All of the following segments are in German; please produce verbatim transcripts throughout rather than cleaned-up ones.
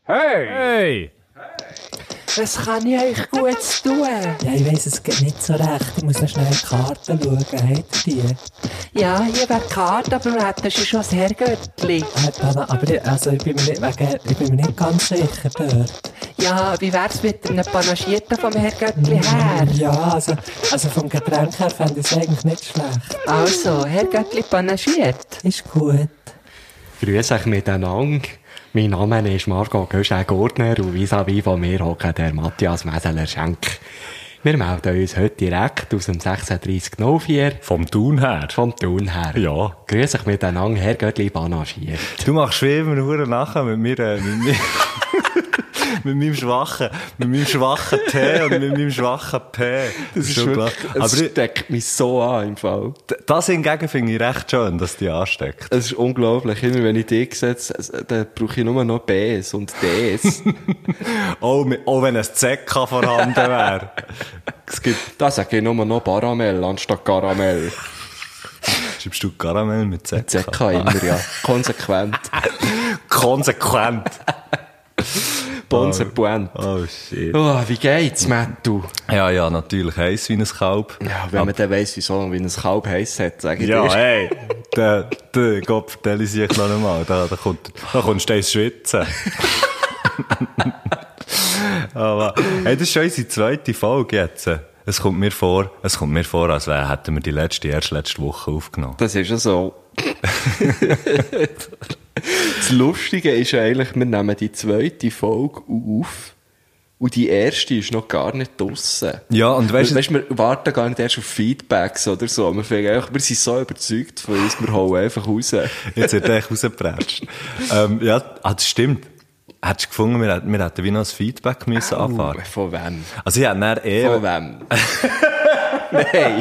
Hey! Hey! Was kann ich euch Gutes tun? Ja, ich weiss, es geht nicht so recht. Ich muss noch schnell in die Karten schauen. Habt ihr die? Ja, hier wäre die Karte, aber wir hätten schon das Herrgöttli. Aber ich, also ich, bin mir nicht, wegen, ich bin mir nicht ganz sicher dort. Ja, wie wär's mit einem Panagierten vom Herrgöttli her? Ja, also, also vom Getränk her fände ich es eigentlich nicht schlecht. Also, Herrgöttli panagiert. Ist gut. Grüß euch miteinander. Mein Name ist Margot Göschen-Gurtner und vis-à-vis von mir hockt der Matthias Meseler-Schenk. Wir melden uns heute direkt aus dem sechsunddreissig null vier. Vom Thun her. Vom Thun her. Ja. Grüß euch miteinander, Herr Göttli panagiert. Du machst wie immer hure nachher mit mir, äh, mit mir. mit meinem schwachen, mit meinem schwachen T und mit meinem schwachen P. Das ist schon wirklich, es aber steckt mich so an im Fall. Das hingegen finde ich recht schön, dass die ansteckt. Es ist unglaublich. Immer wenn ich dich setze, dann brauche ich nur noch Bs und Ds. auch, auch wenn ein Z K vorhanden wäre. Es gibt, da sage ich nur noch Baramell anstatt Karamell. Schreibst du Karamell mit Z K? Mit Z K immer, ja. Konsequent. Konsequent. Konsequent. Oh, oh shit. Oh, wie geht's, Mattu? Ja, ja, natürlich heiß wie ein Kalb. Ja, wenn man dann weiss, wieso wie ein Kalb heiß hat, sage ich ja, dir. Ja, hey, der, der, Gott, vertell ich sich noch einmal. Da, da kommt, da kommst du ins Schwitzen. Aber, hey, das ist schon unsere zweite Folge jetzt. Es kommt mir vor, es kommt mir vor, als wäre, hätten wir die letzte, erst letzte Woche aufgenommen. Das ist ja so. Das Lustige ist eigentlich, wir nehmen die zweite Folge auf und die erste ist noch gar nicht draussen. Ja, und weißt du... Weißt, wir warten gar nicht erst auf Feedbacks oder so. Wir, einfach, wir sind so überzeugt von uns, wir hauen einfach raus. Jetzt wird er echt rausgepratscht. ähm, ja, das stimmt. Hättest du gefunden, wir hätten, wir hätten wie noch ein Feedback müssen oh, anfahren? Von wem? Also ich hätte dann eh... Von wem? Nein.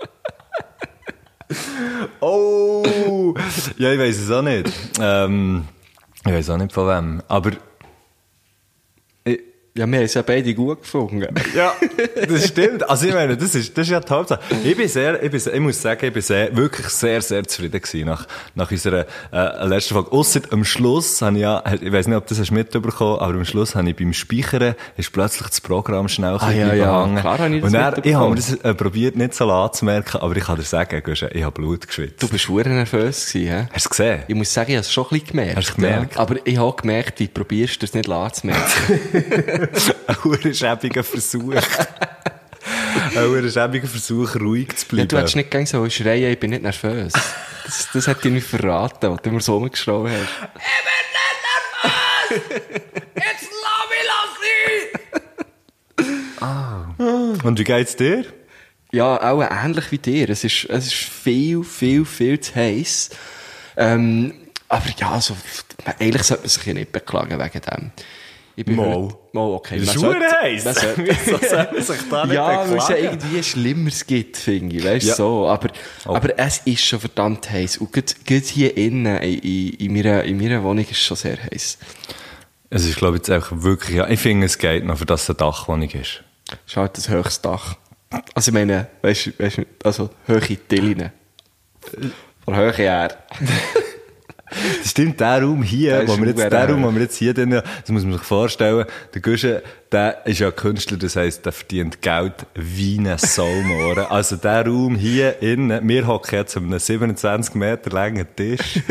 Oh! Ja, ich weiss es auch nicht. Ähm, ich weiss auch nicht von wem. Aber... Ich, ja, wir haben es ja beide gut gefunden. Ja, das stimmt. Also ich meine, das ist, das ist ja die Hauptsache. Ich bin sehr, ich bin, ich muss sagen, ich bin sehr, wirklich sehr, sehr zufrieden gewesen nach, nach unserer, äh, letzten Folge. Ausser am Schluss habe ich ja, ich weiss nicht, ob du das mitbekommen hast, aber am Schluss habe ich beim Speichern, ist plötzlich das Programm schnell ah, ja, ja, klar habe ich das und dann, ich habe mir das äh, probiert, nicht so anzumerken, aber ich kann dir sagen, ich habe Blut geschwitzt. Du bist verdammt nervös gewesen, hä? Hast du gesehen? Ich muss sagen, ich habe es schon ein bisschen gemerkt. Hast du gemerkt? Ja. Aber ich habe gemerkt, wie probierst du das nicht anzumerken. Ein schäbiger Versuch. Ein schäbiger Versuch, ruhig zu bleiben. Ja, du hättest nicht gerne so schreien, ich bin nicht nervös. Das, das hat dir nicht verraten, was du immer so rumgeschrien hast. Ich bin nicht nervös! Jetzt lass mich los! Ah. Und wie geht's dir? Ja, auch ähnlich wie dir. Es ist, es ist viel, viel, viel zu heiß. Ähm, aber ja, also, eigentlich sollte man sich ja nicht beklagen wegen dem. Ich bin Mal. Mal, okay. Das ist verdammt heiß. Wieso soll man sich da nicht ja, beklagen? Ja, weil es ja irgendwie Schlimmeres gibt, finde ich. Weißt du, ja. so. Aber, oh. aber es ist schon verdammt heiß. Und gerade, gerade hier innen, in, in, in, meiner, in meiner Wohnung, ist es schon sehr heiß. Es ist, glaube ich, jetzt einfach wirklich, ja, ich finde, es geht noch, für das es eine Dachwohnung ist. Es ist halt das höchste Dach. Also, ich meine, weißt du, weißt, also, hohe Tillinen. Von Höhe her. Das stimmt, der Raum hier, wo wir jetzt, der Raum, wo wir jetzt hier drin, das muss man sich vorstellen, der Guschen, der ist ja Künstler, das heisst, der verdient Geld wie ein Saumohren. Also der Raum hier innen, wir hocken jetzt auf einem siebenundzwanzig Meter langen Tisch.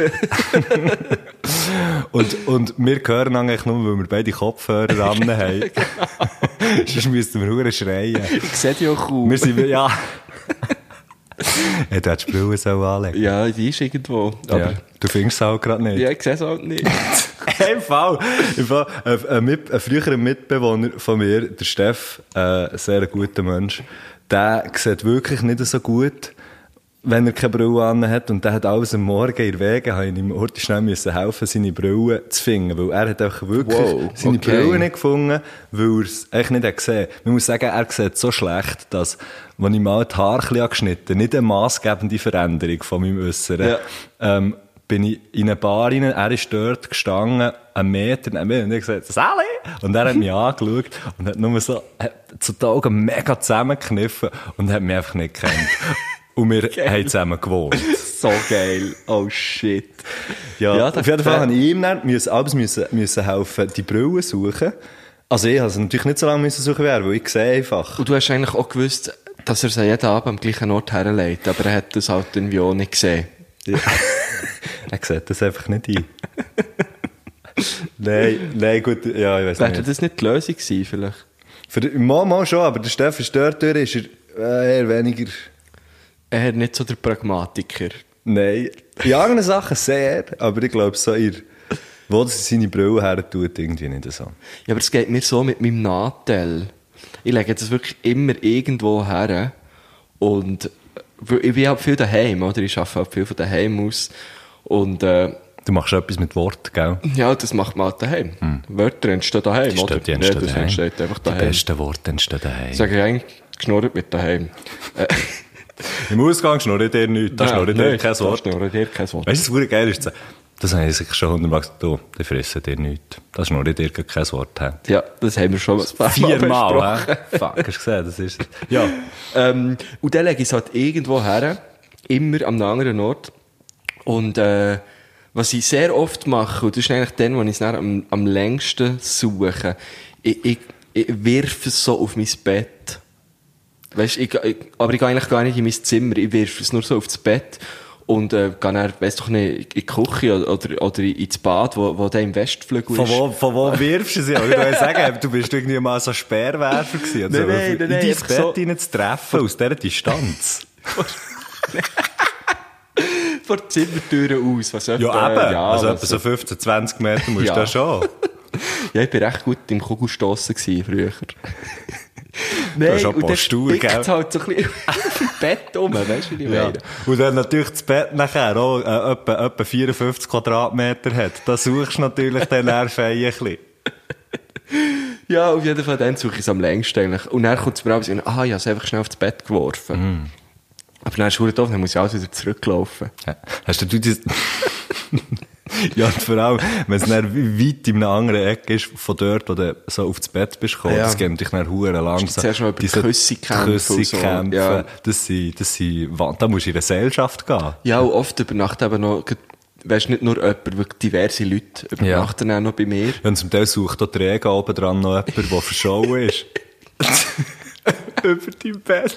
und, und wir hören eigentlich nur, weil wir beide Kopfhörer ran haben. Sonst müssten wir nur schreien. Ich sehe dich auch kaum. Wir sind, ja. Ja, du hättest die Brille so anlegen. Ja, die ist irgendwo. Aber ja, du findest es auch gerade nicht. Ja, ich sehe es auch nicht. Im Fall, im Fall ein, ein, Mit, ein früherer Mitbewohner von mir, der Steff, äh, ein sehr guter Mensch, der sieht wirklich nicht so gut, wenn er keine Brille an hat. Und der hat alles am Morgen in der Wege, habe ich ihm heute schnell müssen helfen, seine Brille zu finden. Weil er hat einfach wirklich wow, seine okay. Brille nicht gefunden, weil er es echt nicht gesehen hat. Man muss sagen, er sieht so schlecht, dass, als ich mal die Haare ein bisschen geschnitten habe, nicht eine massgebende Veränderung von meinem Äußeren, ja. ähm, bin ich in eine Bar rein, er ist dort gestanden, einen Meter neben mir, und ich gesagt, Sally! Und er hat mich angeschaut und hat nur so, hat zu den Augen mega zusammengekniffen und hat mich einfach nicht gekannt. Und wir okay. haben zusammen gewohnt. so geil. Oh shit. Ja, Ja, auf das- jeden Fall habe ich ihm dann müssen, alles müssen, müssen helfen, die Brille suchen. Also ich habe es natürlich nicht so lange müssen suchen wie er, weil ich sehe einfach. Und du hast eigentlich auch gewusst, dass er sie jeden Abend am gleichen Ort herlegt, aber er hat das halt irgendwie auch nicht gesehen. Ja. Er sieht das einfach nicht ein. Nein, nein, gut, ja, ich weiß Wäre nicht. das nicht die Lösung gewesen, vielleicht? Für den, mal, mal schon, aber der Steffen ist dort durch, ist er äh, eher weniger... Er hat nicht so der Pragmatiker. Nein, in anderen Sachen sehr, aber ich glaube, so ihr, wo das seine Brille her tut, irgendwie nicht so. Ja, aber es geht mir so mit meinem Nachteil. Ich lege das wirklich immer irgendwo her. Und ich bin halt viel daheim, oder? Ich arbeite halt viel von daheim aus. Und äh, Du machst etwas mit Wort, gell? ja, das macht man halt daheim. Wörter entstehen daheim, Die oder? entstehen- die entstehen ja, das daheim. entsteht einfach Die daheim. besten Worte entstehen daheim. Ich sage eigentlich, geschnurrt mit daheim. Äh, Im Ausgang schnurrt ihr nichts, da schnurrt ihr kein Wort. Da schnurrt ihr kein Wort. Weißt du, was geil ist? Das habe ich sicher schon hundertmal gesagt, du, die fressen dir nichts. Da schnurrt ihr kein Wort. He. Ja, das haben wir schon ein paar Mal Viermal, besprochen. hä? Fuck, hast du gesehen, das ist es. Ja. Ähm, und dann lege ich es halt irgendwo her, immer an einem anderen Ort. Und äh, was ich sehr oft mache, und das ist eigentlich dann, wo ich es dann am, am längsten suche, ich, ich, ich wirfe es so auf mein Bett. Weißt, ich, ich, aber ich gehe eigentlich gar nicht in mein Zimmer, ich wirfe es nur so aufs Bett und äh, gehe dann, weiss doch nicht, in die Küche oder, oder, oder ins Bad, wo, wo der im Westflügel Von ist. wo, von wo wirfst du sie? Ich würde sagen, du bist irgendwie mal so Speerwerfer gewesen. Also Nein, nein, nein, in nein, dein einfach Bett so- reinzutreffen, aus dieser Distanz. Vor der Zimmertüre aus. Was Ja, etwa- eben. Ja, also was- etwa so fünfzehn, zwanzig Meter musst Ja. du da schon. Ja, ich bin recht gut im Kugelstossen gewesen, früher. Du hast auch und dann Postur, spickt gell? es halt so ein bisschen im Bett um, weißt du, wie ich Ja. meine? Und dann natürlich das Bett nachher auch äh, etwa, etwa vierundfünfzig Quadratmeter hat. Da suchst du natürlich den Nerven ein bisschen. Ja, auf jeden Fall, dann suche ich es am längsten eigentlich. Und dann kommt es mir auch so, ah, ich habe es einfach schnell aufs Bett geworfen. Aber dann ist es verdammt doof, dann muss ich alles wieder zurücklaufen. Ja. Hast du das... Ja, und vor allem, wenn es dann weit in einer anderen Ecke ist, von dort, wo du so aufs Bett bist gekommen, Ja. das geht dich dann verdammt langsam. zuerst mal über Diese Küsse kämpfen und so. Küsse-Kämpfe, Ja. das sind, das sind, da musst du in eine Gesellschaft gehen. Ja, und oft übernachtet eben noch, weißt nicht nur jemand, wirklich diverse Leute übernachten dann auch noch bei mir. Und zum Teil sucht auch der Regen oben dran noch jemand, der verschollen ist. Über dein Bett.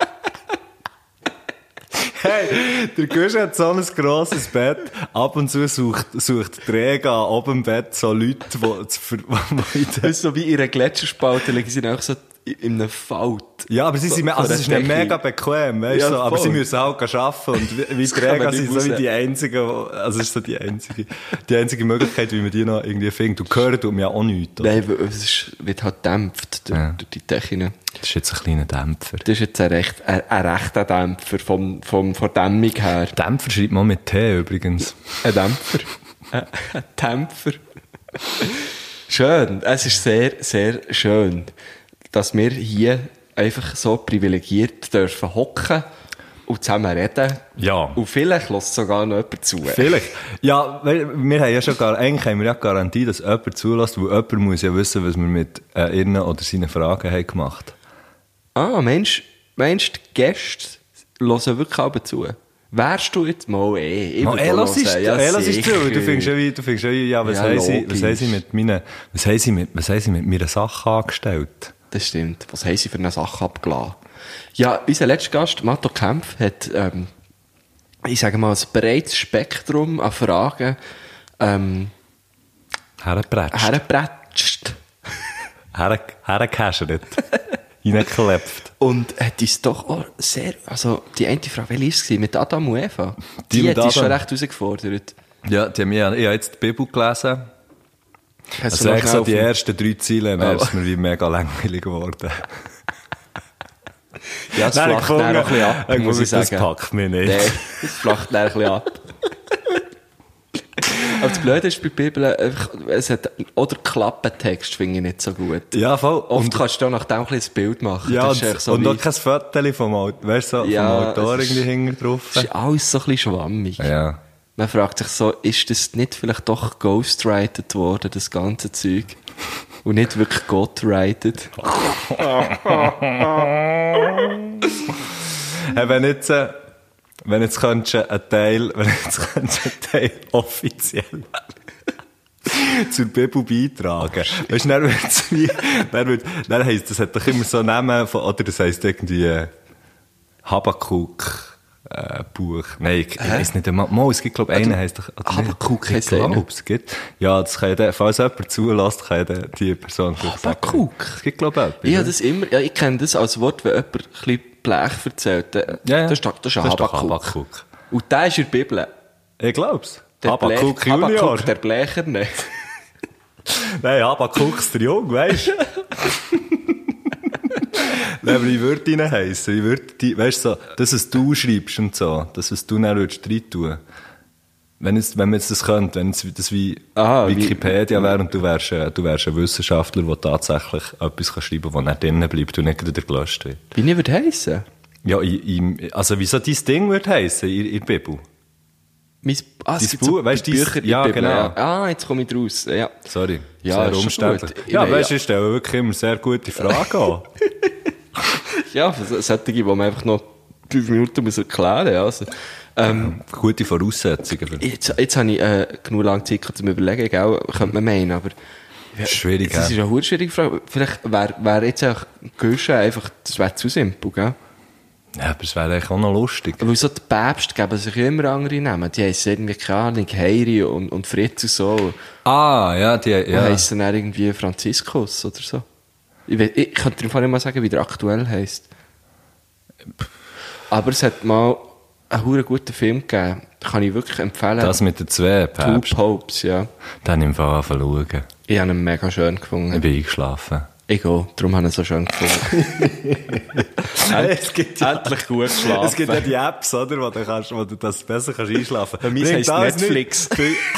Hey, der Gusch hat so ein grosses Bett. Ab und zu sucht, sucht der Regen oben im Bett so Leute, die, zu ver- die in der- Das ist so wie in einer Gletscherspalte, liegen sie auch so in einem Falt. Ja, aber sie sind, me- also es ist nicht Decke. mega bequem, weißt du, Ja, so, aber voll. sie müssen halt arbeiten und wie, wie Das die kann man Regen nicht sind so wie raus. die einzigen, wo- also es ist so die einzige, die einzige Möglichkeit, wie man die noch irgendwie findet. Und hören tut mir ja auch nichts. Oder? Nein, weil es ist, wird halt dämpft durch, Ja. durch die Technik. Das ist jetzt ein kleiner Dämpfer. Das ist jetzt ein, recht, ein, ein rechter Dämpfer vom, vom, von der Dämmung her. Dämpfer schreibt man mit T übrigens. Ein Dämpfer. ein, ein Dämpfer. Schön. Es ist sehr, sehr schön, dass wir hier einfach so privilegiert dürfen hocken und zusammen reden. Ja. Und vielleicht lässt sogar noch jemand zu. Vielleicht. Ja, weil wir haben ja schon gar, eigentlich haben wir ja Garantie, dass jemand zulässt, weil jemand muss ja wissen, was wir mit äh, ihren oder seinen Fragen haben gemacht. Ah, meinst meinst du, die Gäste hören wirklich alle zu? Wärst du jetzt mal eh? Ich Oh, würde eh, auch lass es, hören. Ja, eh, lass es zu. sicher. Du findest ja, wie, du findest ja, wie, ja, was Ja, haben sie, was logisch. haben sie mit meinen, was haben sie mit, was haben sie mit meiner Sache angestellt? Das stimmt. Was haben sie für eine Sache abgelassen? Ja, unser letzter Gast, Matto Kempf, hat, ähm, ich sage mal, ein breites Spektrum an Fragen ähm, Hergepratscht. hergepratscht. Her, hergekäschert. Reingeklebt. Und hat uns doch auch sehr, also die eine Frage, welche war es? Mit Adam und Eva? Die Die, mit hat uns schon Adam. recht herausgefordert. Ja, die haben mir, ich habe jetzt die Bibel gelesen. Hast Also du noch eigentlich schnell so auf die dem- ersten drei Ziele, dann Oh. ist es mir wie mega langweilig geworden. Ja, das Dann flacht dann noch ein bisschen ab, dann muss ich gefunden, sagen. Das packt mich nicht. Nein, das flacht dann ein bisschen ab. Aber das Blöde ist bei der Bibel, einfach, es hat, oder Klappentext finde ich nicht so gut. Ja, voll. Oft Und, kannst du auch nach dem ein bisschen ein Bild machen. ja, das ist und, echt so und wie, auch kein Foto vom Autor, weißt du, so, Ja, vom Autor es ist- irgendwie hinten drauf. das ist alles so ein bisschen schwammig. Ja. Man fragt sich so, ist das nicht vielleicht doch ghostwrited worden, das ganze Zeug? Und nicht wirklich ghostwrited? Hey, wenn jetzt, äh, wenn jetzt könntest du einen Teil, wenn jetzt könntest du einen Teil offiziell zur Bibel beitragen. Oh, weißt du, dann wird's wie, dann wird, dann heisst, das hat doch immer so einen Namen von, oder das heisst irgendwie, äh, Habakuk, äh, Buch. Nein, ich, ich weiss nicht einmal. Mal, es gibt, glaub ich, einen heisst doch, Habakuk heisst ich einer. glaub, es gibt. Ja, das kann ja der, falls jemand zulässt, kann ja der, die Person vielleicht sagen. Habakuk? Es gibt, glaub ich, etwas. Ich, das immer, ja, ich kenne das als Wort, wenn jemand ein bisschen Blech erzählt. Der, Ja, ja. Das ist, doch- das ist ein Das ist doch Habakuk. Habakuk. Und der ist in der Bibel. Ich glaub's. Der Habakuk Blech- Junior. Habakuk, der Blecher nicht. Nein, Habakuk's der Jung, weisst du? Nein, aber ich würde ihn heissen. Ich würde die, weißt du, so, das, was du schreibst und so, das, was du dann würdest rein tun. Wenn, es, wenn man jetzt das könnte, wenn es das wie Aha, wie- Wikipedia wäre und du wärst, äh, du wärst ein Wissenschaftler, der tatsächlich etwas kann schreiben kann, das nicht drinnen bleibt und nicht wieder gelöscht wird. Wie nicht würde heissen? Ja, ich, ich, also wieso dein Ding würde heissen in, in der Bibel? Mein, ah, es Dein gibt so Buch, weißt du, dein- Bücher in ja, der Bibel, genau. ja. Ah, jetzt komme ich draus. Ja. Sorry, Ja, ist sehr schon umständlich. gut. Ja, Ich- weißt du, ja. ich stelle wirklich immer sehr gute Fragen an. Ja, für so- solche, die man einfach noch fünf Minuten muss erklären muss. Also, ähm, Gute Voraussetzungen. Für jetzt, jetzt habe ich äh, genug lange Zeit zum Überlegen, gell? Könnte man meinen, aber schwierig, das ist ja. eine hure schwierige Frage. Vielleicht wäre wär jetzt auch Guschen einfach, das wäre zu simpel, gell? Ja, aber es wäre eigentlich auch noch lustig. Weil so die Päpste geben sich ja immer andere Namen. Die heissen irgendwie, keine Ahnung, Heiri und, und Fritz und so. Ah, ja, die, Ja. ja. Heissen dann irgendwie Franziskus oder so. Ich, we- ich könnte dir im Fall nicht mal sagen, wie der aktuell heisst. Aber es hat mal einen hure guten Film gegeben. Kann ich wirklich empfehlen. Das mit den zwei Two Päpsten. Popes, ja. Dann im Fall schauen. Ich habe ihn mega schön gefunden. Ich bin eingeschlafen. Ich auch, darum habe ich ihn so schön gefunden. Es gibt ja, Endlich gut geschlafen. es gibt ja die Apps, oder, wo du, kannst, wo du das besser kannst einschlafen kannst. Bei mir heisst Netflix.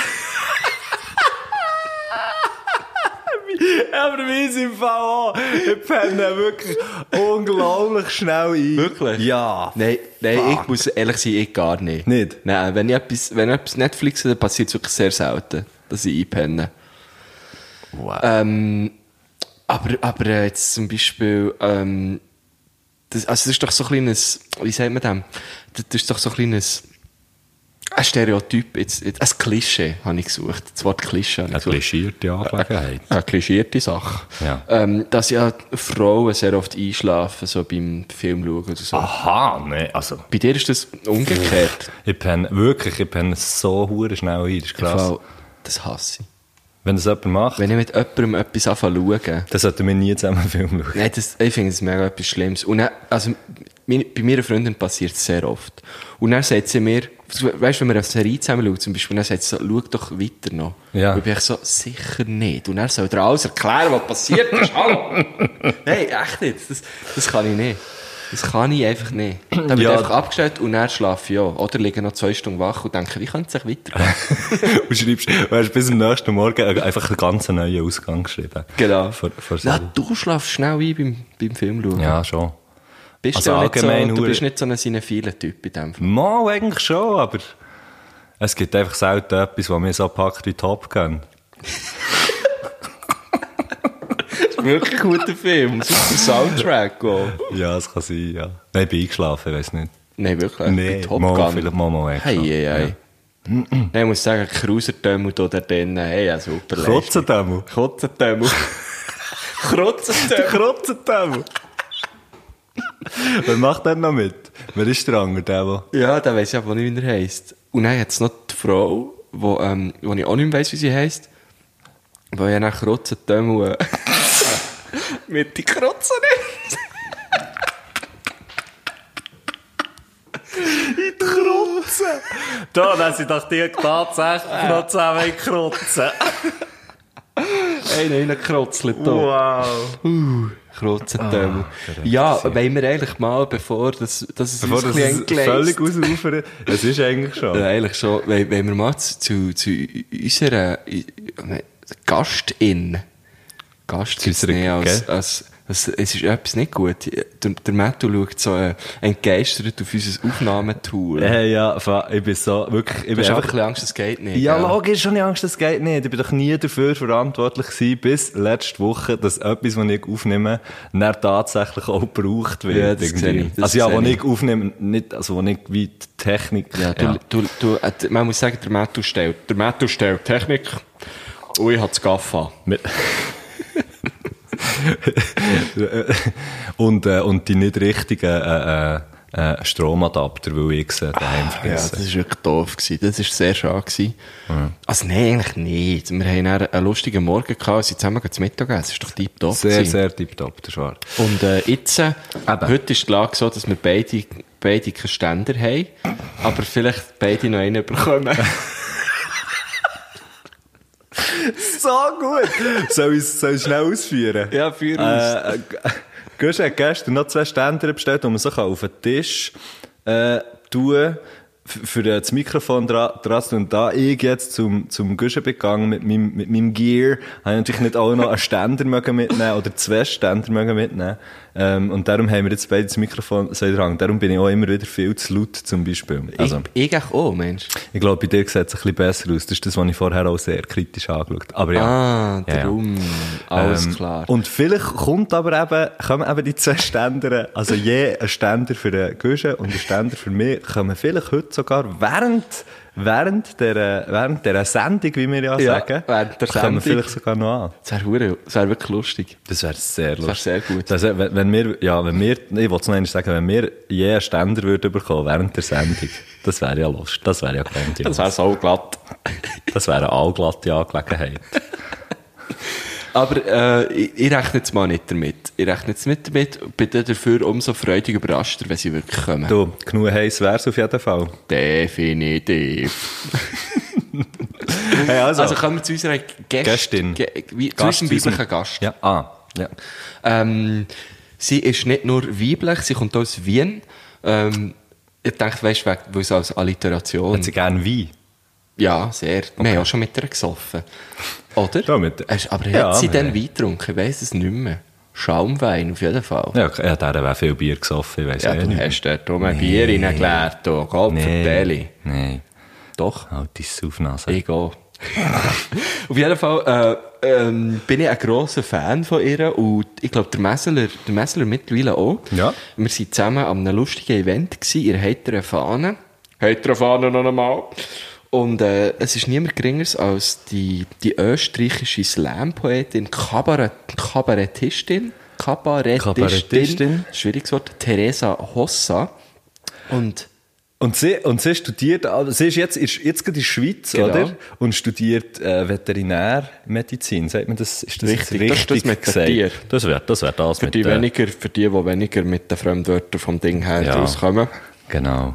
Ja, aber meins im Fall auch. Ich penne wirklich unglaublich schnell ein. Wirklich? Ja. Nein, nein, Fuck. ich muss ehrlich sein, ich gar nicht. Nicht? Nein, wenn ich etwas, wenn ich etwas Netflix habe, dann passiert es wirklich sehr selten, dass ich einpenne. Wow. Ähm, aber, aber äh, jetzt zum Beispiel, ähm, das, also das ist doch so ein kleines, wie sagt man dem? Das, das ist doch so ein kleines, ein Stereotyp, jetzt, jetzt, ein Klischee habe ich gesucht. Das Wort Klischee habe ich Eine gesucht. klischierte Angelegenheit. Eine klischierte Sache. Ja. Ähm, dass ja Frauen sehr oft einschlafen, so beim Film schauen oder so. Aha, ne, also. Bei dir ist das umgekehrt. Ich penne, wirklich, ich penne so hure schnell ein, das ist Im krass. Fall, das hasse ich. Wenn das jemand macht, Wenn ich mit jemandem etwas anfange zu schauen, dann sollten wir nie zusammen einen Film schauen. nein, das, ich finde das mega etwas Schlimmes. Und dann, also, meine, bei meiner Freundin passiert es sehr oft. Und dann sagt sie mir, weißt du, wenn wir eine Serie zusammen schauen, zum Beispiel, dann sagt sie so, schau doch weiter noch. Ja. Und ich bin ich so, sicher nicht. Und dann soll er alles erklären, was passiert ist. Hallo! Nein, echt nicht. Das, das kann ich nicht. Das kann ich einfach nicht. Dann wird Ja. einfach abgestellt und dann schlafe ich auch. Oder liege noch zwei Stunden wach und denke, wie könnte es weitergehen? Und schreibst, du hast bis am nächsten Morgen einfach einen ganz neuen Ausgang geschrieben. Genau. Vor, vor Na, du schlafst schnell ein beim, beim Film schauen. ja, schon. Bist Also du, auch nicht allgemein so, du hure- bist nicht so ein cinephiler Typ in dem Fall. Mal eigentlich schon, aber es gibt einfach selten etwas, was mir so packt wie Top Gun. Wirklich ein guter Film. Super Soundtrack auch. Ja, das kann sein, ja. Nein, ich bin eingeschlafen, ich weiss nicht. Nein, wirklich. Nee, Bei Top mal, Gun. vielleicht mal, mal echt Hey, schon. hey, hey. Nein, ich muss sagen, Cruiser-Dömmel da drinnen, hey, ja, super. Krotzendämmel. Kotzendömmel. Krotzendömmel. Krotzendämmel. Wer macht denn noch mit? Wer ist der andere, der, der... Ja, der weiss ich aber nicht, wie er heisst. Und dann hat es noch die Frau, wo, ähm, wo ich auch nicht mehr weiss, wie sie heisst, wo ja nach Krotzendömmel äh, mit die Krotzen nimmt. In die Krotze! Da, dann sind doch die tatsächlich noch zusammen in Krotzen. Einer reinkrotzelt da. Wow. Uh, Krotzendömmel. ja, wollen wir eigentlich mal, bevor das, das es Bevor uns das ein es bisschen völlig entgleist. ausufern, es ist eigentlich schon. Ja, eigentlich schon. Wollen, wollen wir mal zu, zu, zu unserer äh, Gastin. Gast Zu gibt's unserer nicht als, Gä- als Es, es ist etwas nicht gut. Der, der Matthew schaut so äh, entgeistert auf unser Aufnahmetool. Hey, ja, ich bin so, wirklich, ich Du bin hast einfach... einfach ein bisschen Angst, es geht nicht. Ja, gell? logisch, schon Angst, das geht nicht. Ich bin doch nie dafür verantwortlich gewesen, bis letzte Woche, dass etwas, was ich aufnehme, dann tatsächlich auch gebraucht wird. Ja, das irgendwie. sehe ich, das also ja, sehe wo ich. ich aufnehme, nicht, also wo ich wie die Technik... Ja, du, Du, du, äh, man muss sagen, der Matthew stellt. Der Matthew stellt Technik und ich habe das Gaffa. Mit und, äh, und die nicht richtigen äh, äh, äh, Stromadapter, weil ich sie daheim Ja, vergessen. das war wirklich doof gewesen. Das war sehr schade gewesen. Ja. Also, nein, eigentlich nicht. Wir haben dann einen lustigen Morgen gehabt, und sind zusammen zu Mittag gegessen. Das ist doch tiptop Sehr, gewesen. sehr tipptopp, das war. Und, äh, jetzt, äh, heute ist die Lage so, dass wir beide, beide keinen Ständer haben, aber vielleicht beide noch einen bekommen. So gut! Soll ich soll ich schnell ausführen? Ja, führ aus. Äh, Gusch hat gestern noch zwei Ständer bestellt, die man so auf den Tisch äh, tun f- für das Mikrofon dran dran zu tun. Und da ich jetzt zum, zum Guschen begangen mit meinem, mit meinem Gear, habe ich natürlich nicht auch noch einen Ständer mögen mitnehmen oder zwei Ständer mögen mitnehmen. Ähm, und darum haben wir jetzt beide das Mikrofon so in der Hand. Darum bin ich auch immer wieder viel zu laut, zum Beispiel. Also, ich, ich auch, Mensch. ich glaube, bei dir sieht es ein bisschen besser aus. Das ist das, was ich vorher auch sehr kritisch angeschaut habe. Aber ja. Ah, Ja, ja. darum. Alles Ähm, klar. Und vielleicht kommt aber eben, kommen eben die zwei Ständer, also je ein Ständer für den Guschen und ein Ständer für mich, kommen vielleicht heute sogar während, während der, während der Sendung, wie wir ja, Ja, sagen, während der kommen Sendung. vielleicht sogar noch an. Das wäre hure- das wäre wirklich lustig. Das wäre sehr lustig. wär sehr gut. Das, wenn, wenn wir, ja, wenn wir, ich wollte es noch einmal sagen, wenn wir je einen Ständer würden bekommen während der Sendung, das wäre ja lustig. Das wäre ja grandios. Das wäre so glatt. Das wäre eine allglatte Angelegenheit. Aber äh, ich, ich rechne jetzt mal nicht damit. Ich rechne jetzt nicht damit, bin dann dafür umso freudig überraschter, wenn sie wirklich kommen. Du, genug heiß wär's auf jeden Fall. Definitiv. Hey, also, Also kommen wir zu unserer Gäst, Gästin. Ge, wie, zu Gast, unserem zu unserem- weiblichen Gast. ja, ah, ja. Ähm, sie ist nicht nur weiblich, sie kommt aus Wien. Ähm, ich dachte, weißt du, weil es als Alliteration... Hat sie gerne Wein? Ja, sehr. Wir haben auch schon mit ihr gesoffen. Oder? Ja, mit- Hast- Aber Ja, hat sie ja. dann Wein getrunken? Ich weiss es nicht mehr. Schaumwein, auf jeden Fall. Ja, ja, der wäre viel Bier gesoffen, ich weiss Ja, eh du nicht. hast dort um ein Bier reingeleert. Oh Gott, vertelle. Nein, Doch, halt die Saufnase. ich gehe. Auf jeden Fall äh, ähm, bin ich ein grosser Fan von ihr und ich glaube, der Messler, der Messler mittlerweile auch. Ja. Wir waren zusammen an einem lustigen Event gewesen, ihr heiteren Fahne. Heiteren Fahne noch einmal. Und äh, es ist niemand geringeres als die, die österreichische Slam-Poetin, Kabarett, Kabarettistin, Kabarettistin, Kabarettistin. schwieriges Wort, Teresa Hossa. Und Und sie, und sie studiert, also sie ist jetzt, ist jetzt gerade in der Schweiz, Genau. oder? Und studiert äh, Veterinärmedizin. Sagt man das? Ist das Richtig, richtig, das ist das mit den gesagt? Tieren. Das wäre das, wär das für mit die, den- weniger, für die, die weniger mit den Fremdwörtern vom Ding her Ja. rauskommen. Genau.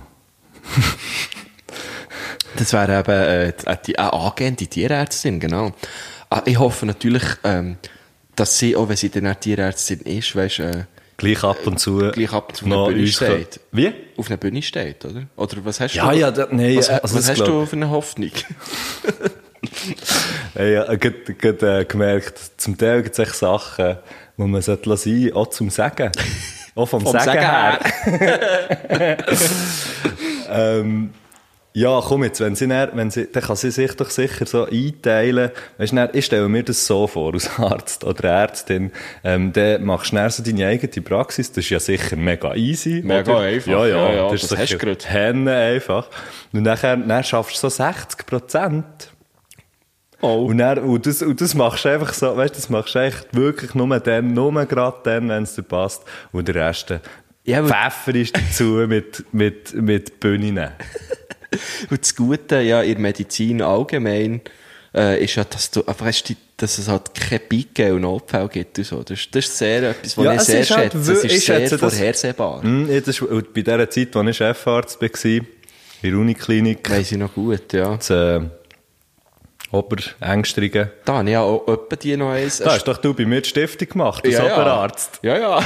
Das wäre eben äh, die- eine angehende Tierärztin, genau. Ah, ich hoffe natürlich, ähm, dass sie, auch wenn sie dann auch Tierärztin ist, weißt, äh, Gleich ab und zu. gleich ab und zu auf noch einer Bühne uns kann- steht. Wie? Auf einer Bühne steht, oder? Oder was hast Ja, du? ja, da, nein, was äh, also was das hast glaub- du für eine Hoffnung? Ja, ja, ich habe gerade äh, gemerkt, zum Teil gibt es echt Sachen, die man sollte lassen sein, auch zum Sagen. Auch vom, Vom Sagen, Sagen her. ähm, ja, komm jetzt, wenn sie, dann, wenn sie, dann kann sie sich doch sicher so einteilen. Weißt du, dann, ich stelle mir das so vor, als Arzt oder Ärztin, ähm, dann machst du dann so deine eigene Praxis, das ist ja sicher mega easy. Mega oder? einfach. Ja, ja, Ja, ja, das ist das hast sicher du gerade. Henne einfach. Und nachher, dann schaffst du so sechzig Prozent. Oh. Und, dann, und, das, und das machst du einfach so, weißt du, das machst du echt wirklich nur dann, nur gerade dann, wenn es dir passt. Und der Rest Ja, aber- Pfeffer ist dazu mit, mit, mit Bühnen. Und das Gute ja in der Medizin allgemein äh, ist ja, dass du einfach weißt, dass es halt keine Pike und Notfälle gibt und so. Das, ist- das ist sehr etwas, was Ja, ich es sehr ist halt schätze. wir- Es ist ich sehr schätze das- vorhersehbar. Hm, ja, das ist, und bei der Zeit, als ich Chefarzt war, in der Uniklinik, Weiss ich noch gut, ja. das äh, Oberängstrigen. Da habe ich ja auch etwa die noch eins. Da hast doch du bei mir die Stiftung gemacht, als Ja, ja. Oberarzt. Ja, ja.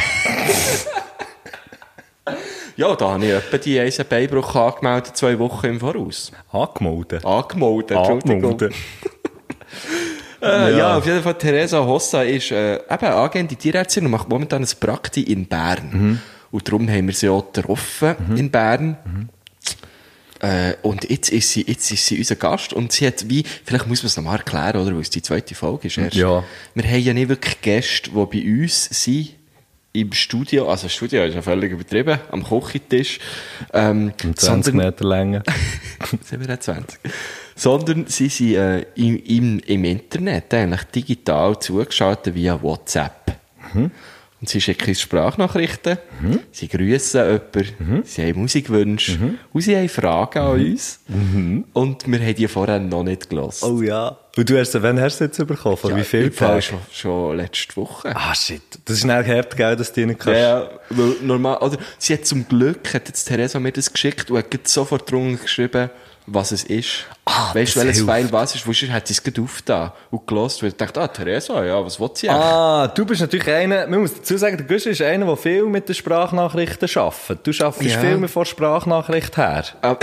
Ja, da habe ich etwa die eins Beinbruch angemeldet, zwei Wochen im Voraus. Angemeldet. Angemeldet, Entschuldigung. Angemeldet. Äh, ja. ja, auf jeden Fall, Teresa Hossa ist äh, eben angehende Tierärztin und macht momentan ein Prakti in Bern. Mhm. Und darum haben wir sie auch getroffen mhm. in Bern. Mhm. Äh, und jetzt ist, sie, jetzt ist sie unser Gast und sie hat wie, vielleicht muss man es nochmal erklären, oder, weil es die zweite Folge ist erst. Ja. Wir haben ja nicht wirklich Gäste, die bei uns sind, im Studio, also das Studio ist ja völlig übertrieben, am Küchentisch. Ähm, um zwanzig Meter Länge. Sind wir auch zwanzig. Sondern sie sind äh, im, im, im Internet eigentlich digital zugeschaltet via WhatsApp. Mhm. Und sie schicken uns Sprachnachrichten, mhm. sie grüssen jemanden, mhm. sie haben Musikwünsche mhm. und sie haben Fragen an mhm. uns. Mhm. Und wir haben die vorher noch nicht gehört. Oh ja. Und du hast, wann hast du jetzt bekommen? Von ja, wie viel Tagen? Schon, schon letzte Woche. Ah, shit. Das ist schnell hart, gell, dass du nicht kannst. Ja, weil normal, oder, sie hat zum Glück, hat jetzt Theresa mir das geschickt und hat sofort drunter geschrieben, was es ist. Ah, weißt du, welches File was ist? Wurscht, hat sie es gerade aufgetan und gelost, weil ich dachte, ah, Theresa, ja, was will sie eigentlich? Ah, du bist natürlich einer, man muss dazu sagen, der Guschen ist einer, der viel mit den Sprachnachrichten arbeitet. Du arbeitest ja. viel mehr von Sprachnachricht her.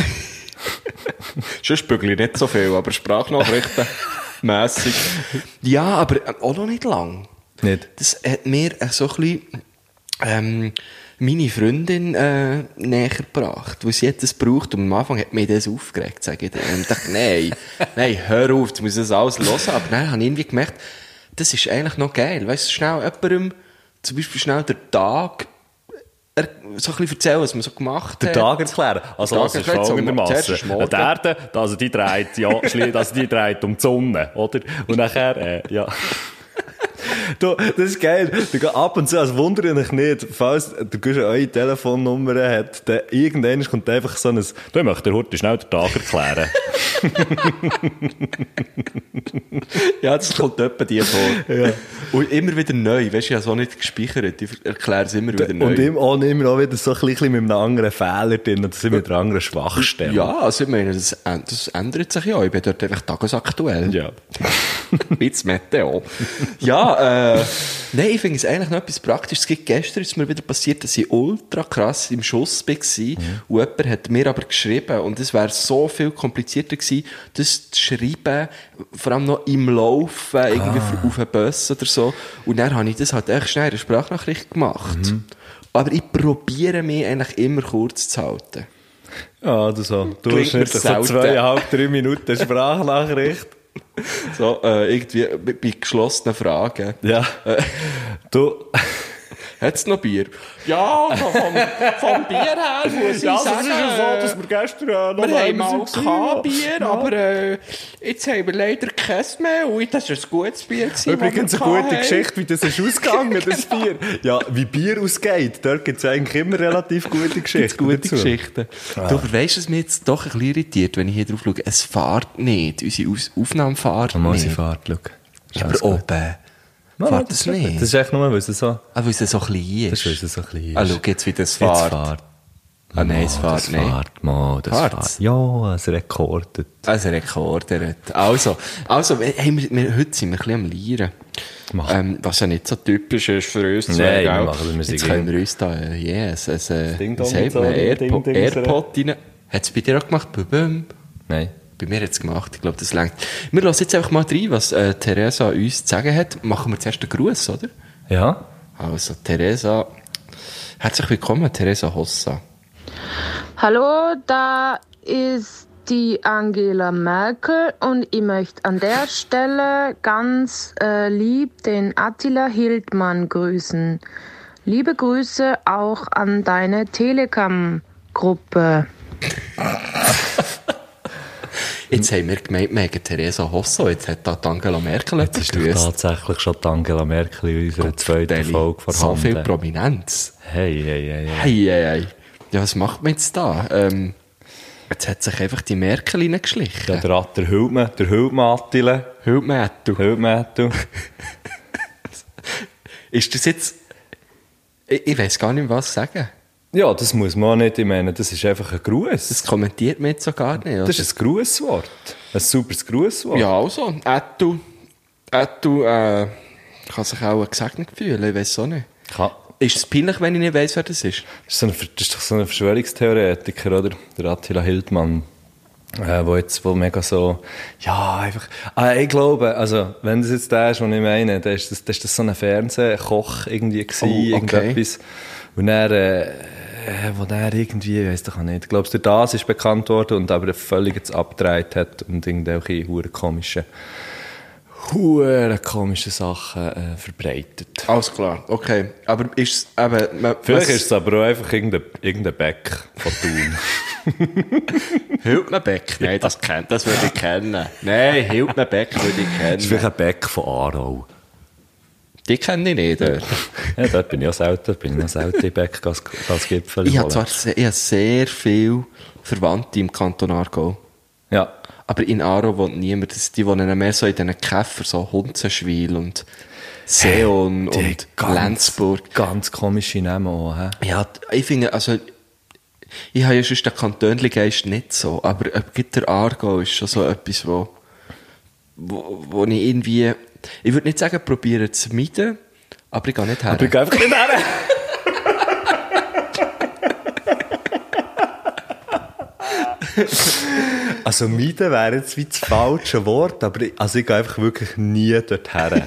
Sonst bügle ich nicht so viel, aber Sprachnachrichten mässig. Ja, aber auch noch nicht lang. Nicht? Das hat mir so ein bisschen, ähm, meine Freundin äh, näher gebracht, weil sie hat das gebraucht und am Anfang hat mich das aufgeregt, sage ich dir. Und ich dachte, nein, nein, hör auf, jetzt muss ich das alles hören. Aber dann habe ich irgendwie gemerkt, das ist eigentlich noch geil. Weißt du, schnell jemandem, zum Beispiel schnell den Tag, er, so ein bisschen erzählen, was man so gemacht den hat. Den Tag erklären. Also, das ist folgendermassen. So, die Erde, also die dreht, ja, also die dreht um die Sonne, oder? Und nachher, äh, ja. Du, das ist geil. Ab und zu, also wundere ich nicht, falls der Guschen eure Telefonnummer hat, dann irgendwann kommt einfach so ein, du möchtest heute schnell den Tag erklären. Ja, das kommt etwa dir vor. Ja. Und immer wieder neu, weißt du, ich habe es auch nicht gespeichert, ich erkläre es immer wieder neu. Und immer auch, immer auch wieder so ein bisschen mit einem anderen Fehler drin, das sind mit einer anderen Schwachstelle. Ja, also ich meine, das, das ändert sich ja, ich bin dort einfach tagesaktuell. Ja. Mit Meteo. Ja, äh, nein, ich finde es eigentlich noch etwas Praktisches. Gestern ist es mir wieder passiert, dass ich ultra krass im Schuss war. Mhm. Und jemand hat mir aber geschrieben, und es wäre so viel komplizierter gewesen, das zu schreiben, vor allem noch im Laufen, irgendwie ah. auf einen Bus oder so. Und dann habe ich das halt echt schnell in eine Sprachnachricht gemacht. Mhm. Aber ich probiere mich eigentlich immer kurz zu halten. Ja, das so. Du hast nicht so zweieinhalb, drei Minuten Sprachnachricht. So, äh, irgendwie bei geschlossenen Fragen. Ja. Äh, du. Hat's noch Bier? Ja, vom, vom Bier her muss ich ja, sagen. Ja, es ist ja so, dass wir gestern äh, noch wir haben mal kein Bier, ja. aber äh, jetzt haben wir leider keins mehr. Ui, das war ein gutes Bier gewesen, übrigens eine gute haben. Geschichte, wie das ist ausgegangen, das Bier. Ja, wie Bier ausgeht, dort gibt es eigentlich immer relativ gute Geschichten. Gute dazu. Geschichten. Ja. Du, aber weißt du, was mich jetzt doch ein bisschen irritiert, wenn ich hier drauf schaue? Es fährt nicht. Unsere Aus- Aufnahme fährt nicht. Sie fährt, schau. Ja, aber oben. No, fährt das nicht? Das ist echt nur, weil es so... Ah, weil es so klein ist. Das ist, weil es so klein ist. Ah, schau jetzt, wie das fährt. Jetzt fährt. Ah, nein, es fährt das nicht. Fährt, Mo, das Fahrt's? fährt. Ja, es rekordet. Es rekordet. Also, also hey, wir, wir, heute sind wir ein bisschen am Lieren. Ähm, was ja nicht so typisch ist für uns. Nein, wir machen Jetzt Musik können wir uns da, äh, yes, es, äh, Ding was hat man, Airpo- Airpod rein. Hat es bei dir auch gemacht? Bum. Nein. Bei mir hat es gemacht, ich glaube, das reicht. Wir lassen jetzt einfach mal rein, was äh, Theresa uns zu sagen hat. Machen wir zuerst den Gruß, oder? Ja. Also, Theresa, herzlich willkommen, Theresa Hossa. Hallo, da ist die Angela Merkel und ich möchte an der Stelle ganz äh, lieb den Attila Hildmann grüßen. Liebe Grüße auch an deine Telegram-Gruppe. Jetzt haben wir gemeint, wir haben Theresa Hossa, jetzt hat da Angela Merkel jetzt ist doch tatsächlich schon Angela Merkel in unserer Gott, zweiten Folge vorhanden. So viel Prominenz. Hey, hey, hey, hey. Hey, hey, hey. Ja, was macht man jetzt da? Ähm, jetzt hat sich einfach die Merkel reingeschlichen. Ja, der, der Hildmann, der Hildmann Attila. Hildmann Attila. Hildmann Attila. Ist das jetzt... Ich, ich weiss gar nicht, was sagen. Ja, das muss man auch nicht. Ich meine, das ist einfach ein Gruß. Das kommentiert man jetzt so gar nicht. Oder? Das ist ein Grußwort. Ein super Grußwort. Ja, also. Ettu, Ettu äh, kann sich auch gesegnet fühlen. Ich weiss auch nicht. Kann. Ist es peinlich, wenn ich nicht weiss, wer das ist? Das ist, so ein, das ist doch so ein Verschwörungstheoretiker, oder? Der Attila Hildmann. Äh, wo jetzt, wo mega so, ja, einfach, ah, ich glaube, also, wenn das jetzt der ist, was ich meine, dann ist das, dann ist das so ein Fernsehkoch irgendwie gewesen, Oh, okay. irgendetwas. Und dann, äh, wo der irgendwie, ich weiss doch auch nicht, ich glaube, der Das ist bekannt worden und aber völlig jetzt abgedreht hat und irgendwelche hure komische, hure komische Sachen äh, verbreitet. Alles klar, okay. Aber ist es eben... man- Vielleicht was- ist es aber auch einfach irgendein, irgendein Bäck von Thun. Hildmann Beck? Nein, das, kennt, das würde ich kennen. Nein, Hildmann Beck würde ich Das ist vielleicht kennen. ein Bäck von Aarau. Die kenne ich nicht. Dort. Ja, dort bin ich auch selten, bin ich noch selten in Bäck als, als Gipfel. Ich habe zwar sehr, ich habe sehr viele Verwandte im Kanton Aargau. Ja. Aber in Aarau wohnt niemand. Das- Die wohnen mehr so in diesen Käfer, so Hunzenschwil und Seon Die und ganz- Lenzburg. Ganz komische Namen auch, hä? Ja, ich finde, also, ich habe ja schon den Kantönli-Geist nicht so, aber äh, gerade der Aargau ist schon so etwas, wo, wo, wo ich irgendwie, ich würde nicht sagen, probieren zu meiden, aber ich gehe nicht her. Aber ich gehe einfach nicht her. Also meiden wäre jetzt wie das falsche Wort, aber ich, also ich gehe einfach wirklich nie dorthin.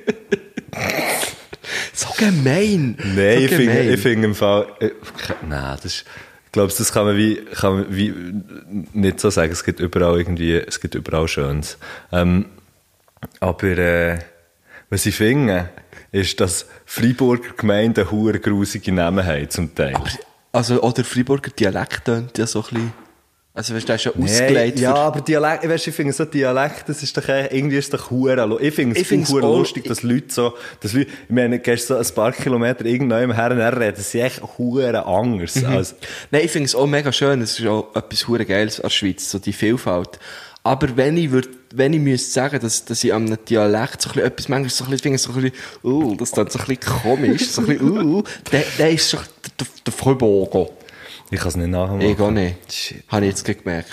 So gemein! Nein, so ich finde, gemein. ich finde im Fall, ich, nein, das ist, ich glaube, das kann man wie, kann man wie nicht so sagen. Es gibt überall irgendwie, es gibt überall Schönes. Ähm, aber, äh, was ich finde, ist, dass Freiburger Gemeinden hure grusige Namen haben, zum Teil. Also, oder Freiburger Dialekt tönt ja so ein bisschen, also weißt du, der ist ja Nee, ausgelegt ja, für- aber Dialekt, weißt, ich finde so Dialekt, das ist doch, eh- irgendwie ist doch hure, lu- ich finde Ich es find's hure auch- lustig, dass Leute so, dass Leute, ich meine, gehst so ein paar Kilometer irgendwann her und her reden, sie echt hure anders. Mhm. Also, Nein, ich finde es auch mega schön. Es ist auch etwas hure Geiles an der Schweiz, so die Vielfalt. Aber wenn ich würd, wenn ich müsste sagen, dass, dass ich an einem Dialekt so ein bisschen etwas, manchmal so ein bisschen, finde ich so ein bisschen, uh, das klingt so ein bisschen komisch, so ein bisschen, uh, der, der ist so, der, der Vollbogen. ich kann es nicht nachmachen. Ich auch nicht. Shit. Habe ich jetzt gerade gemerkt.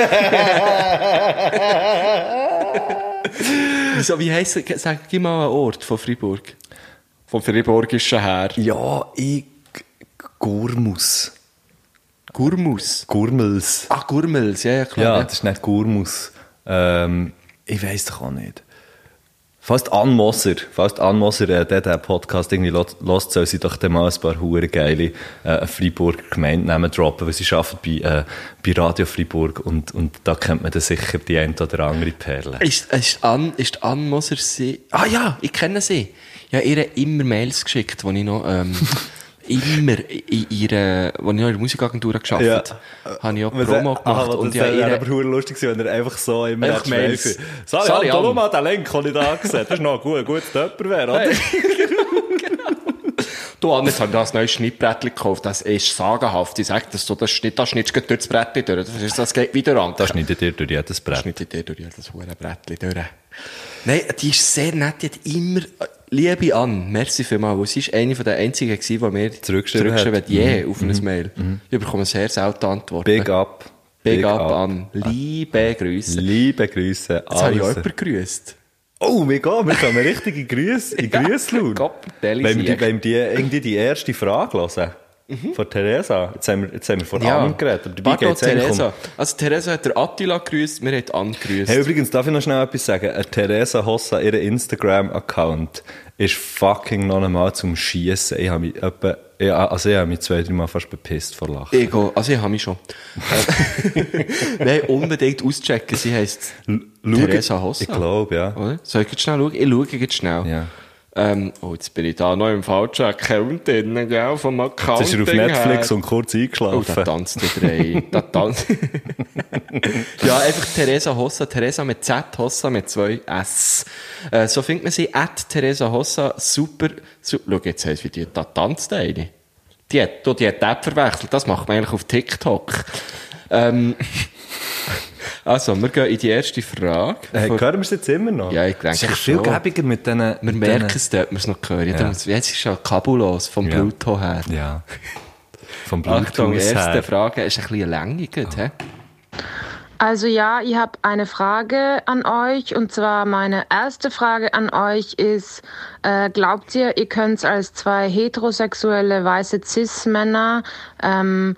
Wieso, wie heisst es? Sag, gib mal einen Ort von Freiburg. Vom Freiburgischen her. Ja, ich, Gurmus. Gurmus. Gurmels. Ah, Gurmels, ja, ja, klar. Ja, Ja. das ist nicht Gurmus. Ähm, ich weiss doch auch nicht. Falls die Ann Moser, falls die Ann Moser äh, den, den Podcast irgendwie hört, soll sie doch dann mal ein paar hure geile äh, Freiburger Gemeindenamen droppen, weil sie arbeitet bei, äh, bei Radio Freiburg und, und da kennt man dann sicher die eine oder andere Perle. Ist, ist, Ann, ist Ann Moser sie? Ah ja, ich kenne sie. Ja, ihr immer Mails geschickt, wo ich noch, ähm, immer in ihrer, wo ich noch in der Musikagentur gearbeitet habe, habe ich auch Promo gemacht. Aha, und das ja, wäre ihre, aber hure lustig gewesen, wenn er einfach so immer Einfach hat schreiben. Mails. Sali, Sali, schau Ann. mal den Link, den ich da gesehen habe. Das ist noch gut, gut Töpper wäre, oder? du, Ann, jetzt habe ich da ein neues Schnittbrettchen gekauft, das ist sagenhaft. Ich sage das so, das Schnitt, das schnittst du durch das Brettchen durch. Das, ist, das geht wieder an. Das schneidet ihr durch jedes Brett. Schnitt dir durch das hure Brettchen durch. Nein, die ist sehr nett, die hat immer, Liebe an, merci vielmals. Sie war eine der einzigen, gewesen, die mir Zurückgeschrieben zurückgeschrieben hat. hat, je, auf ein Mail. Ich bekomme sehr selten Antworten. Big up. Big, up, an. Liebe Grüße. Liebe Grüße. Jetzt habe ich auch alles. jemanden gegrüßt. Oh, mega, wir können richtige Grüße in Grüßlaune. Gott, Deli Wenn wir die, Sieg. wenn wir die, irgendwie die erste Frage hören. Von Theresa. Jetzt haben wir, jetzt haben wir von Ann geredet. Aber dabei Pardon, geht's eigentlich um- Theresa. Also Theresa hat der Attila gegrüßt, wir haben Ann gegrüßt. Hey, übrigens, darf ich noch schnell etwas sagen? Eine Theresa Hossa, ihr Instagram-Account, ist fucking noch einmal zum Schiessen. Ich habe mich etwa, ja, also ich habe mich zwei, drei Mal fast bepisst vor Lachen. Ego, also ich habe mich schon. Äh, Nein, unbedingt auschecken, sie heisst Theresa Hossa. Ich glaube, ja. Oder? Soll ich jetzt schnell schauen? Ich schaue jetzt schnell. Ja. Ähm, oh, jetzt bin ich da noch im falschen Account drin, gell, vom Account. Jetzt ist er auf Netflix und kurz Oh, eingeschlafen. da tanzt der drei. Da tanzt. Ja, einfach Theresa Hossa. Theresa mit Z, Hossa mit zwei S. Äh, so findet man sie. At Theresa Hossa. Super. Su Schau, jetzt heisst wie die, da tanzt eine. Die hat, du, die hat die App verwechselt. Das macht man eigentlich auf TikTok. Ähm, also, wir gehen in die erste Frage. Hey, Von- hören wir es jetzt immer noch? Ja, ich denke Es ist echt viel schon. gäbiger mit diesen... wir mit merken diesen- es dort, wir es noch hören. Ja. Ja. Jetzt ist es schon kabulos vom Ja. Bluetooth her. Ja. Vom Achtung, Bluetooth erste her. Frage ist ein bisschen längig, hä? Also ja, ich habe eine Frage an euch und zwar meine erste Frage an euch ist, äh, glaubt ihr, ihr könnt als zwei heterosexuelle weiße Cis-Männer ähm,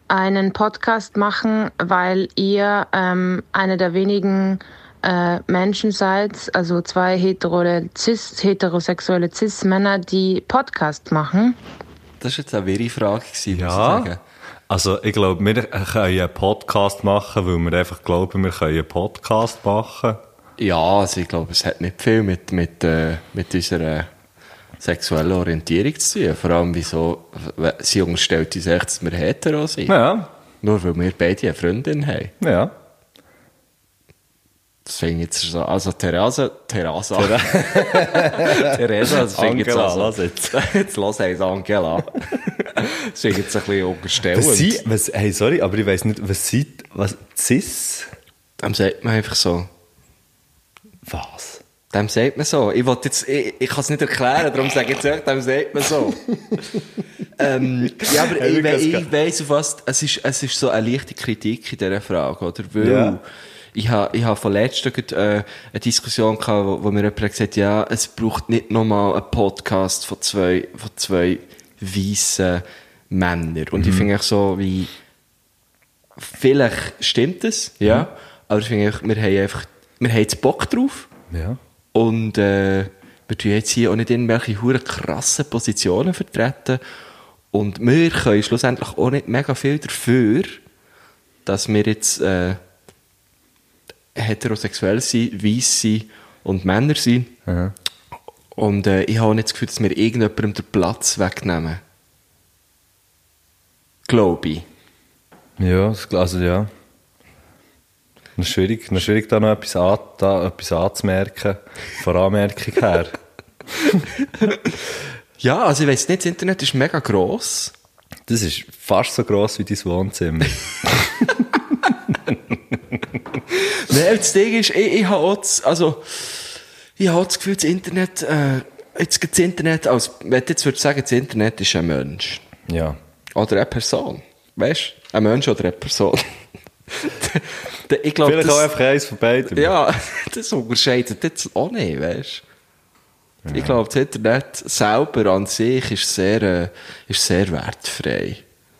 einen Podcast machen, weil ihr ähm, einer der wenigen äh, Menschen seid, also zwei hetero- cis, heterosexuelle Cis-Männer, die Podcast machen. Das war jetzt eine wirre Frage, gewesen, muss Ja. ich sagen. Also, ich glaube, wir können einen Podcast machen, weil wir einfach glauben, wir können einen Podcast machen. Ja, also ich glaube, es hat nicht viel mit, mit, äh, mit unserer sexuellen Orientierung zu tun. Vor allem, wieso, sie unterstellt uns echt, dass wir hetero sind. Ja, Nur weil wir beide eine Freundin haben. ja. Das finde ich jetzt so, also Theresa, Theresa. Theresa, das finde ich jetzt Angela, also, lass jetzt. jetzt los heisst Angela. Das finde ich jetzt ein bisschen unterstellend. Was sie, was, hey, sorry, aber ich weiss nicht, was sie, was, Cis? Dem sagt man einfach so. Was? Dem sagt man so. Ich wollte jetzt, ich, ich kann es nicht erklären, darum sage ich jetzt echt, dem sagt man so. ähm, ja, aber Hey, ich, we, Lukas, ich weiss auf was, es ist, es ist so eine leichte Kritik in dieser Frage, oder? Weil, Ja. ich habe, ich habe von letztem äh, eine Diskussion gehabt, wo, wo mir jemand gesagt hat, ja, es braucht nicht nochmal einen Podcast von zwei, von zwei weissen Männern. Und ich finde auch so, wie, vielleicht stimmt es, ja, aber ich finde auch, wir haben einfach, wir haben jetzt Bock drauf. Ja. Und äh, wir tun jetzt hier auch nicht irgendwelche hure krassen Positionen vertreten. Und wir können schlussendlich auch nicht mega viel dafür, dass wir jetzt äh, heterosexuell sind, weiss sind und Männer sind. Ja. Und äh, ich habe auch nicht das Gefühl, dass wir irgendjemandem den Platz wegnehmen. Glaube ich. Ja, das- also ja. Noch schwierig, noch schwierig da noch etwas, an, da etwas anzumerken, von Anmerkung her. Ja, also ich weiss nicht, das Internet ist mega gross. Das ist fast so gross wie dein Wohnzimmer. Nein, das Ding ist, ich, ich habe auch das, also, ich habe auch das Gefühl, das Internet, äh, jetzt das Internet, als, wenn ich jetzt würde sagen, das Internet ist ein Mensch. Ja. Oder eine Person. Weißt du? Ein Mensch oder eine Person. Ich glaube, Vielleicht auch das, einfach eins von beiden. ja, das unterscheidet jetzt auch nicht, weißt du? Ich glaube, das Internet selber an sich ist sehr, äh, ist sehr wertfrei.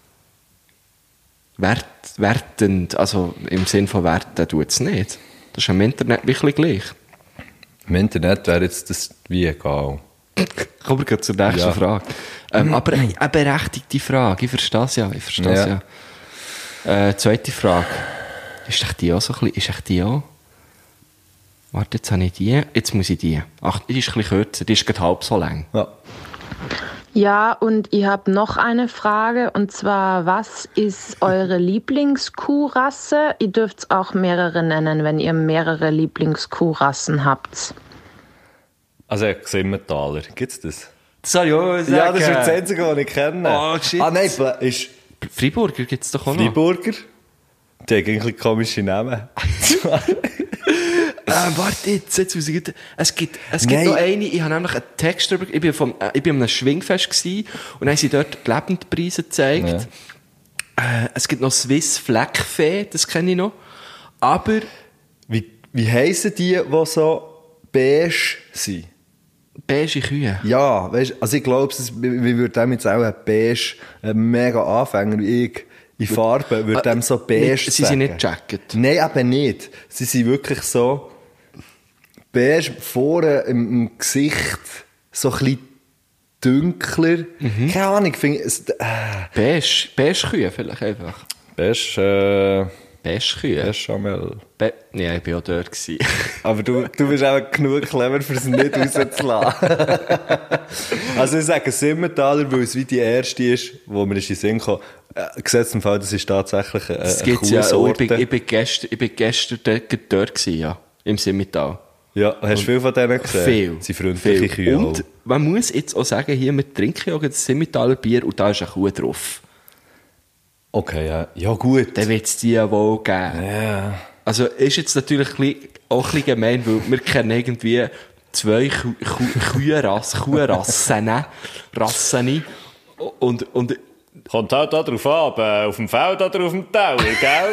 Wert, wertend, also im Sinn von werten tut es nicht. Das ist am Internet wirklich gleich. Im Internet wäre jetzt das wie egal. Kommen wir gleich zur nächsten Ja. Frage. Ähm, aber eine berechtigte Frage, ich verstehe es ja, ich verstehe es ja. Ja. Äh, zweite Frage. Ist echt die auch so ein bisschen, ist echt die auch? Warte, jetzt habe ich die, jetzt muss ich die. Ach, die ist ein bisschen kürzer, die ist gerade halb so lang. Ja. Ja, und ich habe noch eine Frage, und zwar, was ist eure Lieblingskuhrasse? Ihr dürft auch mehrere nennen, wenn ihr mehrere Lieblingskuhrassen habt. Also, ja, Simmentaler. Gibt's das? Das soll ich auch sagen. Ja, das ist das Einzige, was ich kenne. Oh, shit. Ah, nein, ist Freiburger gibt es doch auch noch. Freiburger. Die haben irgendwie komische Namen. Ähm, warte, jetzt, jetzt muss ich gerade- Es gibt, es gibt Nein. noch eine, ich habe nämlich einen Text darüber, ich bin, vom, äh, ich bin an einem Schwingfest gewesen, und dann haben sie dort die Lebendpreise gezeigt. Äh, es gibt noch Swiss Fleckfee, das kenne ich noch. Aber Wie, wie heissen die, die so beige sind? beige Kühe. Ja, weißt, also ich glaube, wir würden dem jetzt auch ein beige, ein mega Anfänger wie ich, in Farbe, würde dem so beige Nicht- sie sagen. sind nicht Jacket. Nein, eben nicht. Sie sind wirklich so beige, vorne im, im Gesicht, so ein bisschen dunkler. Keine Ahnung, finde ich, es, äh, Beige, beige Kühe vielleicht einfach. beige, äh, Beige Kühe. beige Chamel. Be ja, ich war auch dort gewesen. Aber du, du bist auch genug clever, für es nicht rauszulassen. Also ich sage Simmentaler, weil es wie die erste ist, wo mir in den Sinn kam. Äh, gesetzt im Fall, das ist tatsächlich eine, Das eine gibt's ja. Oh, ich, Kuhsorte. bin, ich, bin gestern, ich bin gestern dort, dort gewesen, ja. Im Simmental. Ja, hast du viel von denen gesehen? Viel. Sie freundliche Viel. Kühe. Und man muss jetzt auch sagen, hier, wir trinken ja das Simmentaler Bier und da ist eine Kuh drauf. Okay, ja. Ja, gut. Dann wird es die ja wohl geben. Ja. Also ist jetzt natürlich ein bisschen- auch ein bisschen gemein, weil wir kennen irgendwie zwei Kuh- Kuh- Kuhrassen, Kuhrassen, Rassen. Und, und Kommt halt da drauf ab, äh, auf dem Feld oder auf dem Teller, gell?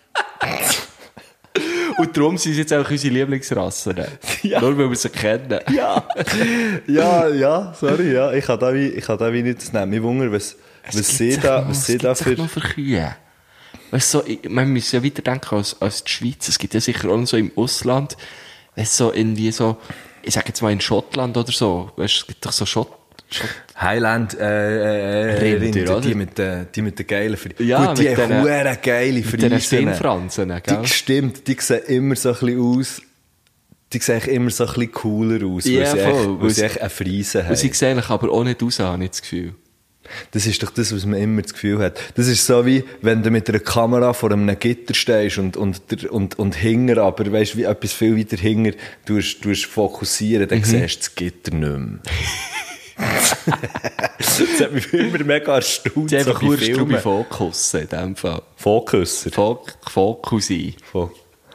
Und darum sind es jetzt auch unsere Lieblingsrassen. Ja. Nur weil wir sie kennen. Ja. Ja, ja, sorry, ja. Ich kann da wie, ich kann da wie nicht das nehmen. Ich wundere, was, was sie gibt's da, noch- was sie da gibt's für... noch für Kühe? weißt du, so, man muss ja weiter denken als, als die Schweiz. Es gibt ja sicher auch noch so im Ausland, weißt du, so irgendwie so, ich sag jetzt mal in Schottland oder so, weißt du, es gibt doch so Schott, Schott Highland, äh, äh, Rinder, Rinder, oder? die mit den, die mit den geilen Friesen. Ja, Gut, die mit haben den- hure geile mit diesen Friesen. Sinnfransen, gell? Die, stimmt, die sehen immer so ein bisschen aus, die sehen eigentlich immer so ein bisschen cooler aus, Ja, weil sie voll, echt, weil weil sie sie- echt eine Friese Und sie haben. sehen eigentlich aber auch nicht aus, habe ich das Gefühl. Das ist doch das, was man immer das Gefühl hat. Das ist so wie, wenn du mit einer Kamera vor einem Gitter stehst und, und, der- und, und hinger, aber weißt, wie etwas viel weiter hinger, du tust fokussieren, dann siehst du das Gitter nicht mehr. Das hat mich immer mega erstaunt. Sie haben so einfach bei nur Strube Filmen. Fokus in dem Fall. Fokusser. Fok Fokus ein. Fo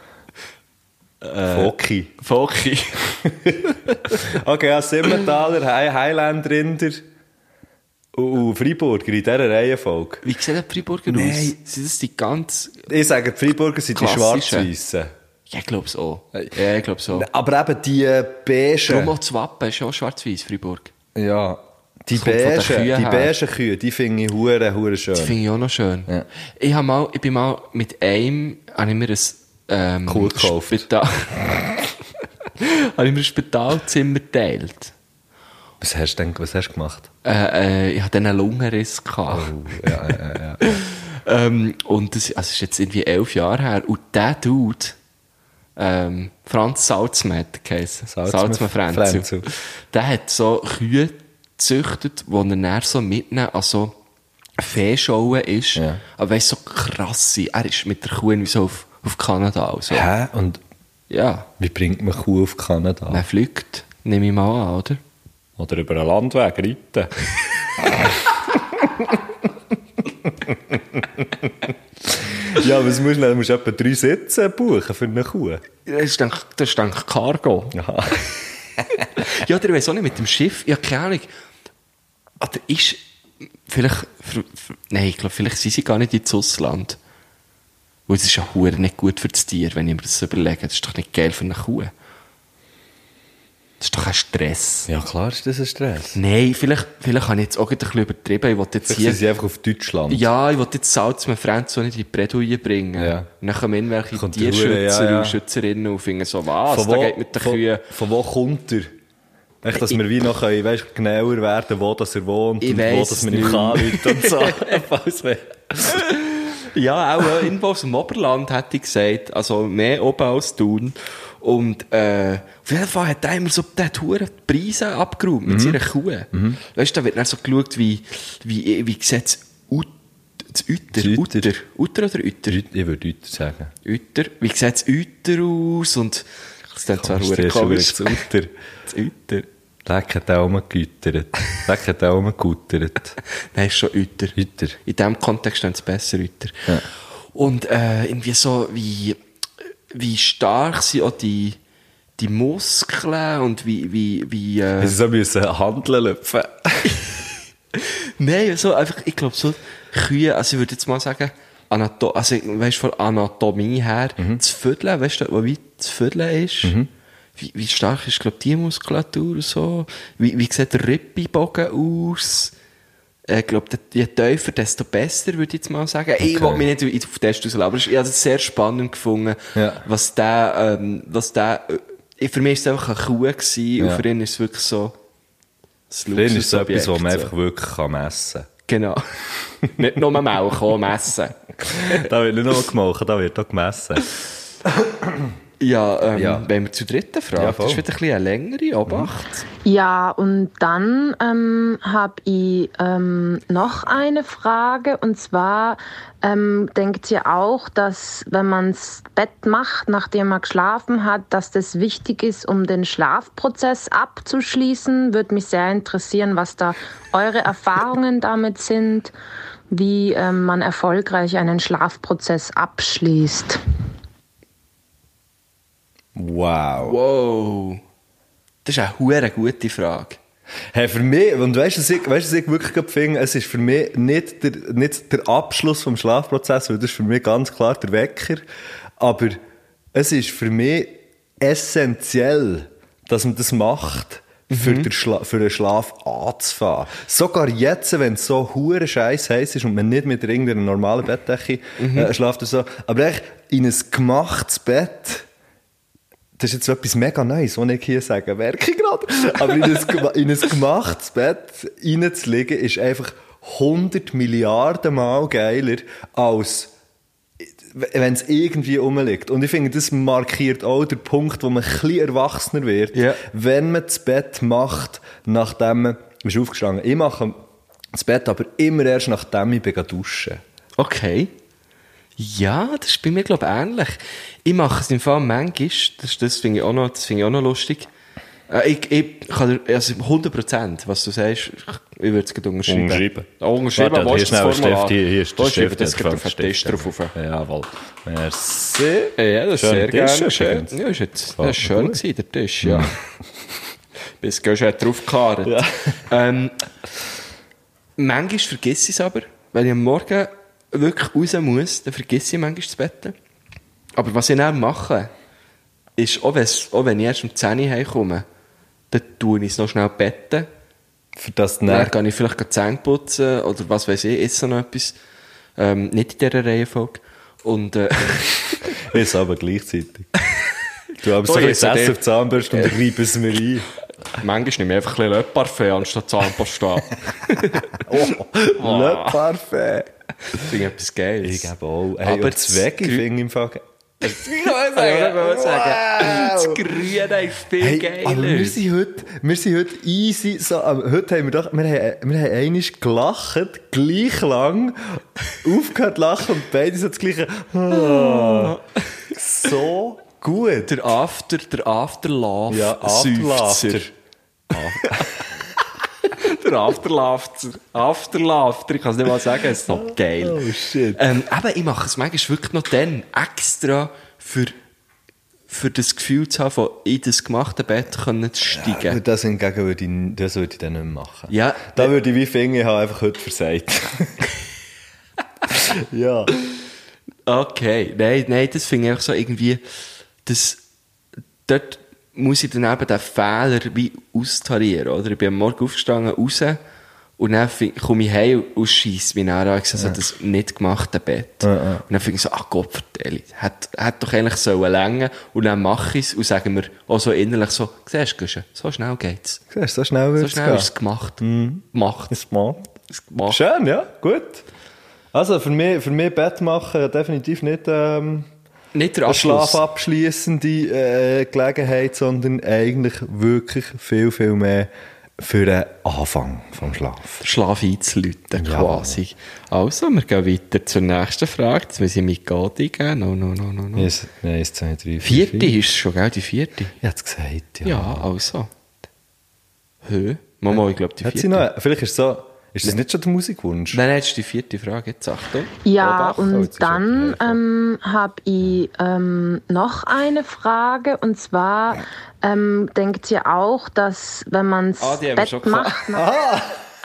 Foki. Foki. Okay, ja, Simmentaler, High Highland-Rinder und, und Freiburger in dieser Reihenfolge. Wie sieht der Freiburger Nein. aus? Sind das die ganz... Ich sage, die Freiburger sind die Klassischen. schwarz-weissen. Ja, ich glaube es auch. Ja, ich glaube so. Aber eben die Darum beigen. auch das Wappen ist auch schwarz-weiß, Freiburg. Ja. Die Das kommt von den beigen, Kühen die her. beigen Kühe, die finde ich hure, hure schön. Das finde ich auch noch schön. Ja. Ich, hab mal, ich bin mal mit einem, habe ich mir ein ähm, Kuh gekauft. Spital... habe ich mir ein Spitalzimmer geteilt. Was hast du denn, was hast du gemacht? Äh, äh, ich hatte dann einen Lungenriss gehabt. Oh, ja, ja, ja. Ähm, und das, also das ist jetzt irgendwie elf Jahre her. Und der Dude, ähm, Franz Salzmann hat er geheissen. Salzmann Salzmann Frenzel. Frenzel. Der hat so Kühe gezüchtet, die er dann so mitnehmen, also Feeschauen ist. Ja. Aber weißt du, so krass sein. Er ist mit der Kuh irgendwie so auf, auf Kanada. Also. Hä? Und Ja, wie bringt man Kuh auf Kanada? man fliegt, nehme ich mal an, oder? Oder über einen Landweg reiten? Ja, was musst du denn? Du musst etwa drei Sitze buchen für eine Kuh. Das ist dann, das ist dann Cargo. Ja. Ja, oder ich weiss auch nicht, mit dem Schiff, ja, keine Ahnung. Oder ist, vielleicht, für, für, nein, ich glaube, vielleicht sind sie gar nicht ins Ausland. Weil es ist ja verdammt nicht gut für das Tier, wenn ich mir das so überlege. Das ist doch nicht geil für eine Kuh. Das ist doch ein Stress. Ja, klar ist das ein Stress. Nein, vielleicht, vielleicht habe ich jetzt auch ein bisschen übertrieben. Ich wollte jetzt Vielleicht hier... sind sie einfach auf Deutschland. Ja, ich wollte jetzt Salz mit Franz so nicht in die Bredouille bringen. Ja. Und dann kommen irgendwelche Kommt der Tierschützer Hure, ja, ja. und Schützerinnen und finden so, was, Von da wo, geht mit den von, Kühen. von wo kommt er? Echt, dass wir wie noch können, weißt, genauer werden, wo das er wohnt Ich und wo weiss das es wir ihm nicht. anrufen und so. Falls wir- Ja, auch äh, irgendwo aus dem Oberland, hätte ich gesagt. Also mehr oben als Thun. Und äh, auf jeden Fall hat er immer so die Huren die Preise abgeräumt mit seiner Kuh. Weißt du, da wird dann so geschaut, wie, wie, wie sieht es Ut, das Uter, Das Uter. Uter, Uter oder Uter? Ich würde Uter sagen. Uter. Wie sieht das Uter aus? Und das ist zwar Kommst du verdammt schon wieder komisch. zu Uter? Das Uter. Leck hat auch rumgeütert. Leck hat auch rumgeütert. Nein, ist schon Uter. Uter. In diesem Kontext ist es besser Uter. Ja. Und äh, irgendwie so, wie, wie stark sind auch die, die Muskeln und wie, wie, wie, äh, Also so müssen handeln löpfen. nein, so einfach, ich glaube, so Kühe, also ich würde jetzt mal sagen, Anato also, weißt du, von Anatomie her, das Vierteln, weißt du, wo wie das Vierteln ist, wie, wie stark ist, glaube die Muskulatur und so, wie, wie sieht der Rippenbogen aus, ich glaube, je tiefer, desto besser, würde ich jetzt mal sagen. Ich Okay. will mich nicht auf den Test rauslassen, aber ich habe es sehr spannend gefunden, Ja. was der, ähm, was der, äh, für mich war es einfach eine Kuh gewesen, und Ja. für ihn ist es wirklich so, das Dann ist es so etwas, was man Luxusobjekt, einfach wirklich kann messen kann. Genau. Nicht nur Melken, auch messen. Da wird nicht nur gemelkt, da wird auch gemessen. Ja, ähm, Ja. wenn wir zur dritten Frage, Ja, voll. das ist wieder ein bisschen eine längere Obacht. Ja, und dann ähm, habe ich ähm, noch eine Frage. Und zwar ähm, denkt ihr auch, dass wenn man das Bett macht, nachdem man geschlafen hat, dass das wichtig ist, um den Schlafprozess abzuschließen? Würde mich sehr interessieren, was da eure Erfahrungen damit sind, wie ähm, man erfolgreich einen Schlafprozess abschließt. Wow. Wow. Das ist eine hure gute Frage. Hey, für mich, und weißt du, was ich, weißt, was ich wirklich gerade finde, es ist für mich nicht der, nicht der Abschluss vom Schlafprozess, weil das ist für mich ganz klar der Wecker, aber es ist für mich essentiell, dass man das macht, für, den Schla- für den Schlaf anzufangen. Sogar jetzt, wenn es so hure scheiß heiß ist und man nicht mit irgendeiner normalen Bettdecke Mhm. äh, schlaft oder so, aber echt in ein gemachtes Bett, das ist jetzt etwas mega Neues, was ich hier sage, merke ich gerade. Aber in ein, gema- in ein gemachtes Bett reinzulegen, ist einfach hundert Milliarden Mal geiler, als wenn es irgendwie rumliegt. Und ich finde, das markiert auch den Punkt, wo man ein bisschen erwachsener wird, Ja. wenn man das Bett macht, nachdem man ist aufgestanden. Ich mache das Bett aber immer erst, nachdem ich bin duschen. Okay. Ja, das ist bei mir, glaube ich, ähnlich. Ich mache es im Fall manchmal, das, das finde ich, auch noch- das finde ich auch noch lustig. Äh, ich, ich kann dir, also hundert Prozent, was du sagst, ich, ich würde es gerade unterschreiben. Unterschreiben. Oh, unterschreiben, Warte, wo hier ist das schnell ein Formular? Stift, hier, hier ist der Wo schreibe Stift, das der gerade auf den Stift. Tisch drauf rauf. Jawohl. Merci. Ja, das ist Schön sehr Tisch, gerne. Schön. übrigens. Ja, ist jetzt, das Fällt ist mir schön gut. gewesen, der Tisch, ja. Bis gehst du drauf gekarrt. Ja. Ähm, manchmal vergesse ich es aber, wenn ich am Morgen wirklich raus muss, dann vergesse ich manchmal das Bett. Aber was ich dann mache, ist, auch, auch wenn ich erst um zehn Uhr heimkomme, dann tue ich es noch schnell betten. Für das Dann Nerv. gehe ich vielleicht die Zähne putzen oder was weiß ich, esse noch etwas. Ähm, nicht in dieser Reihenfolge. Und, äh, Ist aber gleichzeitig. Du hast so Oh, ein jetzt hat bisschen er- auf die Zahnbürste und dann reiben es mir ein. manchmal nehme ich einfach ein bisschen Le Parfum anstatt Zahnpasta. Oh, Le Parfait. Das finde ich etwas Geiles. Ich gebe auch. Hey, Aber aber das Veggie Grü- finde ich im Fall... Ich kann sagen, sagen. Das Grüne ist viel Hey, geiler. aber wir sind heute, wir sind heute easy, so, aber heute haben wir doch, wir haben, wir haben einmal gelacht, gleich lang, aufgehört zu lachen und beide so das gleiche, ah, so gut. Der After, der Afterlauf. Ja, Afterlaughter. Seufzer. Der Afterlaughter. Afterlaughter. Ich kann es nicht mal sagen, es ist so geil. Oh shit. Ähm, eben, ich mache es manchmal wirklich noch dann extra für, für das Gefühl zu haben, von in das gemachte Bett können zu Aber steigen. das hingegen würde ich, das würde ich dann nicht mehr machen. Ja, Da würde ich wie finden, ich habe einfach heute versagt. Ja. okay. Nein, nein, das finde ich auch so irgendwie, das, dort muss ich dann eben den Fehler wie austarieren, oder? Ich bin am Morgen aufgestanden, raus, und dann fi- komme ich heim und scheisse mich dann an, also das nicht gemachte Bett. Ja, ja. Und dann finde ich so, ach Gott, vertelle, hat, hat doch eigentlich sollen länger, und dann mache ich es und sage mir auch so innerlich so, siehst du, Guschen, so schnell geht's. Siehst du, so schnell So würde es schnell gehen. ist es gemacht. Gemacht. Es macht. Es gemacht. Schön, ja, gut. Also für mich, für mich Bett machen definitiv nicht ähm, Nicht der eine Abschluss. schlafabschliessende äh, Gelegenheit, sondern eigentlich wirklich viel, viel mehr für den Anfang vom Schlaf. Schlaf einzuläuten, Ja. quasi. Also, wir gehen weiter zur nächsten Frage. Jetzt müssen wir mit Gott eingeben. No, no, no, no, no. Eins, eins, zwei, drei, vier, Vierte fünf. ist es schon, gell? Die vierte? Ich hätte es gesagt, ja. Ja, also. Hö? Mama, ich glaube, die Hat sie vierte. noch, vielleicht ist es so, ist das nicht schon der Musikwunsch? Nein, nein, jetzt ist die vierte Frage. Jetzt Achtung. Ja, Obacht. Oh, und jetzt ist dann er ähm, habe ich ähm, noch eine Frage. Und zwar ähm, denkt ihr auch, dass wenn man das Ah, die haben wir Bett schon gehabt. macht...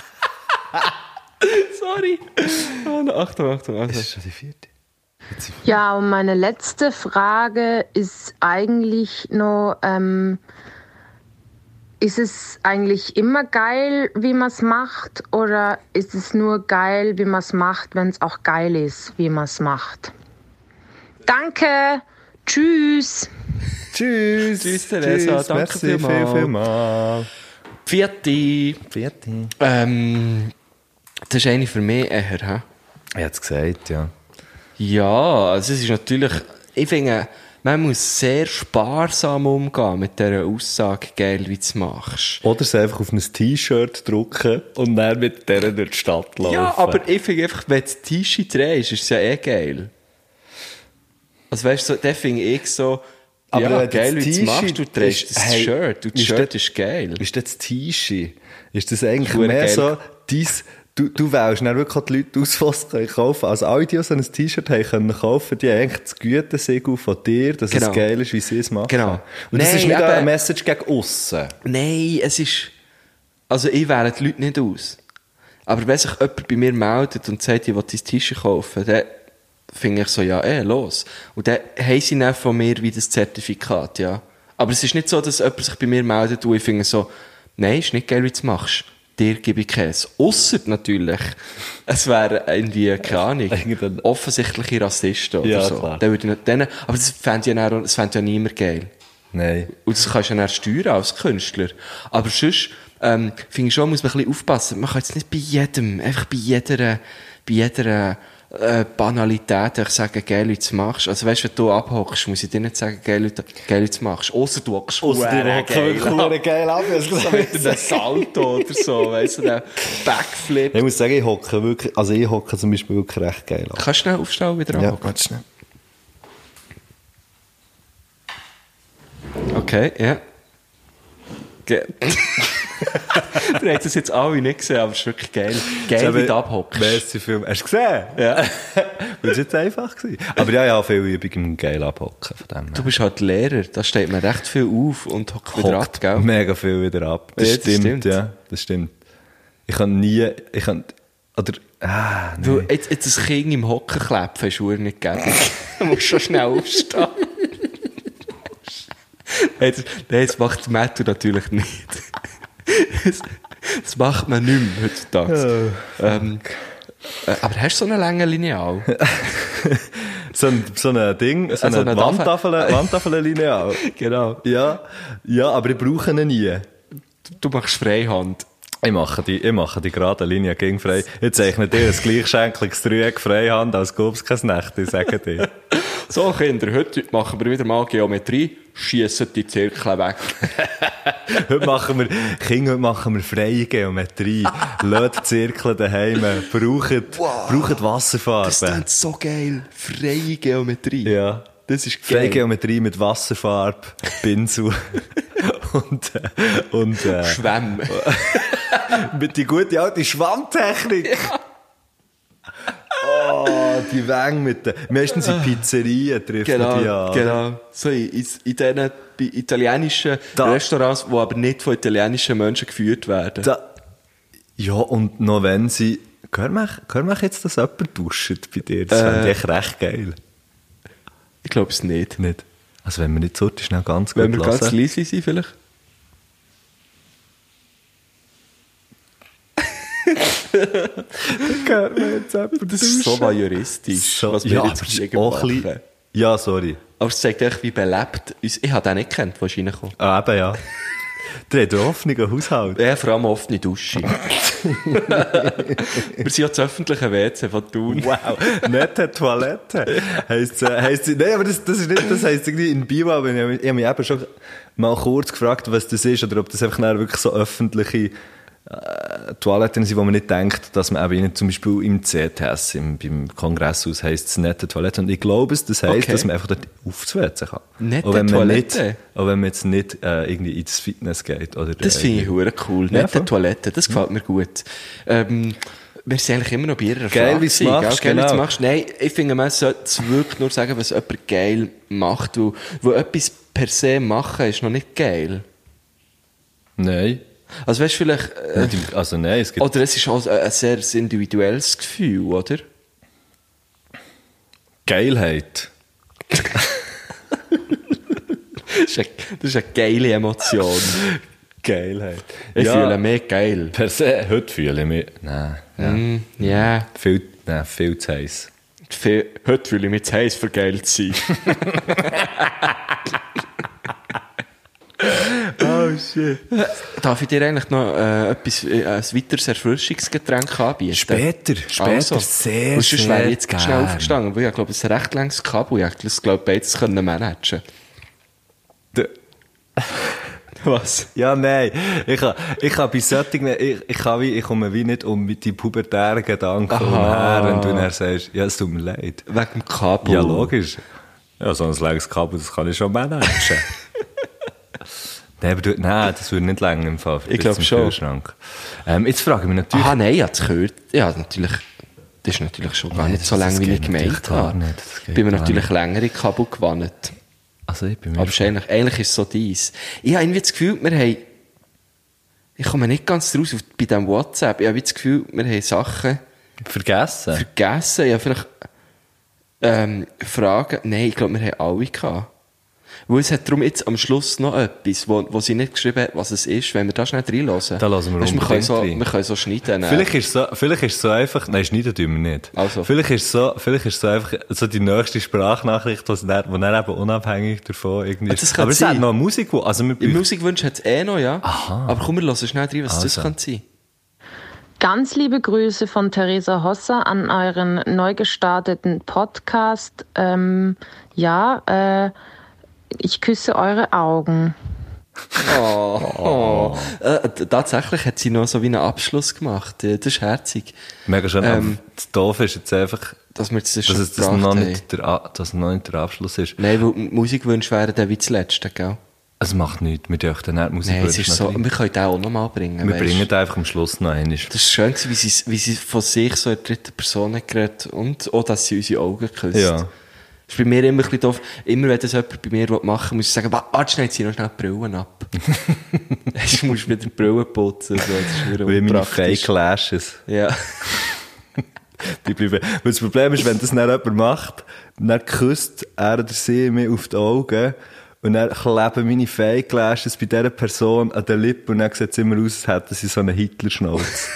Sorry. Oh, no, Achtung, Achtung. Ist Also. es schon die vierte? Ja, und meine letzte Frage ist eigentlich noch, ähm, ist es eigentlich immer geil, wie man es macht, oder ist es nur geil, wie man es macht, wenn es auch geil ist, wie man es macht? Danke, tschüss. Tschüss. Tschüss, Theresa. Danke Merci vielmals. viel, viel mal. Vierte. Vierte. Ähm, das ist eine für mich eher, hä? Ich hätte es gesagt, ja. Ja, also es ist natürlich, ich finde, man muss sehr sparsam umgehen mit dieser Aussage, geil, wie du es machst. Oder es einfach auf ein T-Shirt drucken und dann mit der durch die Stadt laufen. Ja, aber ich finde einfach, wenn du das T-Shirt drehst, ist es ja eh geil. Also weißt du, so, der finde ich so, Aber ja, wenn geil, das wie du es machst, T-Shirt du drehst ist- das hey, Shirt, und das ist Shirt das- ist geil. Ist das das T-Shirt? Ist das eigentlich Hure mehr geil. so, dies, du, du wählst dann wirklich auch die Leute aus, die es können kaufen. Also alle, die so ein T-Shirt haben können kaufen, die haben eigentlich das Gütesiegel von dir, dass Genau. es geil ist, wie sie es machen. Genau. Und das Nein, ist nicht eben- eine Message gegen aussen. Nein, es ist, also ich wähle die Leute nicht aus. Aber wenn sich jemand bei mir meldet und sagt, ich will dein T-Shirt kaufen, dann finde ich so, ja, eh, los. Und dann haben sie dann von mir wie das Zertifikat, ja. Aber es ist nicht so, dass jemand sich bei mir meldet und ich finde so, Nein, ist nicht geil, wie du es machst. Dir gebe ich Käse. Ausser natürlich, es wären irgendwie, keine Ahnung, offensichtliche Rassisten oder Ja, so. klar. Dann würde ich nicht denen, aber das fände ja, dann- das fände ja niemand geil. Nein. Und das kannst du ja dann steuern als Künstler. Aber sonst, ähm, finde ich schon, muss man ein bisschen aufpassen. Man kann jetzt nicht bei jedem, einfach bei jeder, bei jeder, äh, Banalität einfach sagen, geil, wie du es machst. Also weißt du, wenn du abhockst, muss ich dir nicht sagen, geil, wie du geil, wie du es machst. Ausser du hockst Ausser dir verdammt hockst wirklich verdammt geil ab, hast du So mit einem Salto oder so, weißt du, der Backflip. Ich muss sagen, ich hocke wirklich, also ich hocke zum Beispiel wirklich recht geil ab. Kannst du schnell aufstehen und wieder Ja, abhocken? ganz schnell. Okay, ja. Ge Ihr habt das jetzt alle nicht gesehen, aber es ist wirklich geil. Geil, wie du abhockst. Merci Film. Hast du gesehen? Ja. Weil es jetzt einfach gewesen. Aber ja, ja, viel Übung im geil abhocken. Von dem Du bist halt Lehrer, da steht man recht viel auf und hockt wieder ab, hockt gell? mega viel wieder ab. Das, Ja, das stimmt, stimmt. ja. Das stimmt. Ich kann nie, ich kann, oder, ah, Du, nein. jetzt, jetzt ein Kind im Hocken klepfen, hast du Uhr nicht gegeben. Du musst schon schnell aufstehen. Hey, das, nein, das macht Matthew natürlich nicht. Das, das macht man nicht mehr heutzutage. Ähm, äh, aber hast du so eine lange Lineal? So ein, so ein Ding, so Also eine, eine Wandtafel, Wandtafellinie auch. Genau. Ja, ja, aber ich brauche ihn nie. Du machst Freihand. Ich mache die, ich mache die gerade Linie gegen frei. Ich zeichne dir ein gleichschenkliges Dreieck Freihand, als gäbe es kein Nächte, ich sage dir. So, Kinder, heute machen wir wieder mal Geometrie. Schiessen die Zirkel weg. Heute machen wir, Kinder, heute machen wir freie Geometrie. Lasst die Zirkel daheim. Braucht, Wow. braucht Wasserfarbe. Das klingt so geil. Freie Geometrie. Ja. Das ist Freie geil. Geometrie mit Wasserfarbe, Pinsel und, äh, und, äh, Schwämme. mit die gute alte Schwammtechnik. Oh, die Wänge mit den, meistens in Pizzerien trifft man die Genau, an. genau. So in, in, in diesen bei italienischen Da- Restaurants, die aber nicht von italienischen Menschen geführt werden. Da, ja, und noch wenn sie, hör mich, hör mich jetzt, dass jemand duscht bei dir, das Äh. fände ich echt recht geil. Ich glaube es nicht. Nicht? Also wenn wir nicht so schnell ganz gut Wenn wir ganz hören. leise sind vielleicht. Hört man jetzt jemand Das ist so voyeuristisch, So, was wir ja, jetzt aber es ist hier auch ein machen. bisschen, ja, sorry. Aber es zeigt echt, wie belebt uns... Ich habe den nicht gekannt, der ist reingekommen. Ah, eben, ja. Der hat einen offenen Haushalt. Ja, vor allem offene Dusche. Wir sind ja das öffentliche W C von Thun. Wow, nette Toilette. Heisst, äh, heisst, nein, aber das, das ist nicht, das heisst irgendwie in Bio, aber ich, ich habe mich eben schon mal kurz gefragt, was das ist, oder ob das einfach nachher wirklich so öffentliche äh, Toiletten sind, wo man nicht denkt, dass man eben nicht, zum Beispiel im C T S, im, beim Kongresshaus heisst es nette Toilette. Und ich glaube es, das heisst, Okay. dass man einfach dort aufzuwetzen kann. Nette auch wenn man Toilette? Nicht, auch wenn man jetzt nicht äh, irgendwie ins Fitness geht. Oder, Das äh, finde ich hure cool. Ja, Nette voll. Toilette, das gefällt mir gut. Ähm, wir sind eigentlich immer noch bei ihrer Geil, Frage wie du's gewesen, machst, gell? Geil, wie du's genau. machst. Nein, ich finde, man sollte es wirklich nur sagen, was jemand geil macht. Weil, weil etwas per se machen ist noch nicht geil. Nein. Also weißt du vielleicht... Äh, Nicht im- Also nein, es gibt... oder es ist auch ein sehr individuelles Gefühl, oder? Geilheit. Das ist eine, das ist eine geile Emotion. Geilheit. Ich Ja. fühle mich geil. Per se, heute fühle ich mich... Nein. Ja. Mm, ja. Viel, nein, viel zu heiß. Fe- Heute fühle ich mich zu heiß, für geil zu sein. Oh shit. Darf ich dir eigentlich noch äh, etwas, äh, ein weiteres Erfrischungsgetränk anbieten? Später, später, Also, sehr, und sonst sehr wäre ich jetzt gern. schnell aufgestanden, weil ich glaube, es ist ein recht langes Kabel. Ich das glaube beides können managen. D- Was? Ja, nein. Ich kann, ich kann bei solchen, ich, ich, kann wie, ich komme wie nicht um mit die pubertären Gedanken Aha. umher, wenn du dann sagst, ja, es tut mir leid. Wegen dem Kabel. Ja, logisch. Ja, so ein langes Kabel, das kann ich schon managen. Nein, aber du, nein, das würde nicht länger im Fall. Ich glaub Bis schon. zum Kühlschrank. Ähm, jetzt frage ich mich natürlich... Aha, nein, ich habe es gehört. Ja, natürlich. Das ist natürlich schon gar nicht das- so lange, das wie ich geht natürlich gemeint gar habe. nicht, das geht Bin mir gar natürlich längere Kabel gewandt. Also ich bin mir... Aber es ist eigentlich, eigentlich ist es so dies. Ich habe irgendwie das Gefühl, wir haben, ich komme nicht ganz raus auf, bei diesem WhatsApp, ich habe das Gefühl, wir haben Sachen Vergessen? vergessen. Ich habe vielleicht, ähm, Fragen, nein, ich glaube, wir haben alle gehabt. Weil es hat darum jetzt am Schluss noch etwas, wo, wo sie nicht geschrieben hat, was es ist, wenn wir da schnell reinhören. Da lassen wir weißt, wir können so, rein. wir können so schneiden. Äh. Vielleicht ist so, vielleicht ist so einfach, nein, schneiden tun wir nicht. Also. Vielleicht ist so, vielleicht ist so einfach so die nächste Sprachnachricht, die dann, die dann eben unabhängig davon irgendwie Ah, das kann aber es sein. hat noch Musik, wo, also wir Im Musikwunsch hat es eh noch, ja. Aha. Aber komm, wir hören schnell rein, was Also. das kann sein. Ganz liebe Grüße von Theresa Hosser an euren neu gestarteten Podcast. Ähm, ja, äh, ich küsse eure Augen. Oh, oh. Äh, t- tatsächlich hat sie noch so wie einen Abschluss gemacht. Äh, Das ist herzig. mega schön, Ähm, aber das Doof ist jetzt einfach, Dass wir jetzt das dass schon es das gebracht noch haben. nicht der, A- dass noch nicht der Abschluss ist. Nein, weil Musikwünsche wären dann wie das Letzte, gell? Es macht nichts, wir dürfen dann nicht Musik Nein, es ist so, rein. wir können den auch noch mal bringen. Wir weisst. bringen den einfach am Schluss noch einmal. Das ist schön gewesen, wie sie, wie sie von sich so in der dritten Person hat geredet und auch, dass sie unsere Augen küsst. Ja. Das ist bei mir immer ein bisschen doof. Immer wenn das jemand bei mir machen will, muss ich sagen, wa- warte schnell, zieh noch schnell die Brillen ab. Du musst wieder die Brillen putzen. So. Das ist wieder Wie meine unpraktisch. Fake Lashes. Ja. Die bleiben. Weil das Problem ist, wenn das nicht jemand macht, dann küsst er oder sie mir auf die Augen und dann kleben meine Fake Lashes bei dieser Person an den Lippen und dann sieht es immer aus, als hätten sie so einen Hitler-Schnauz.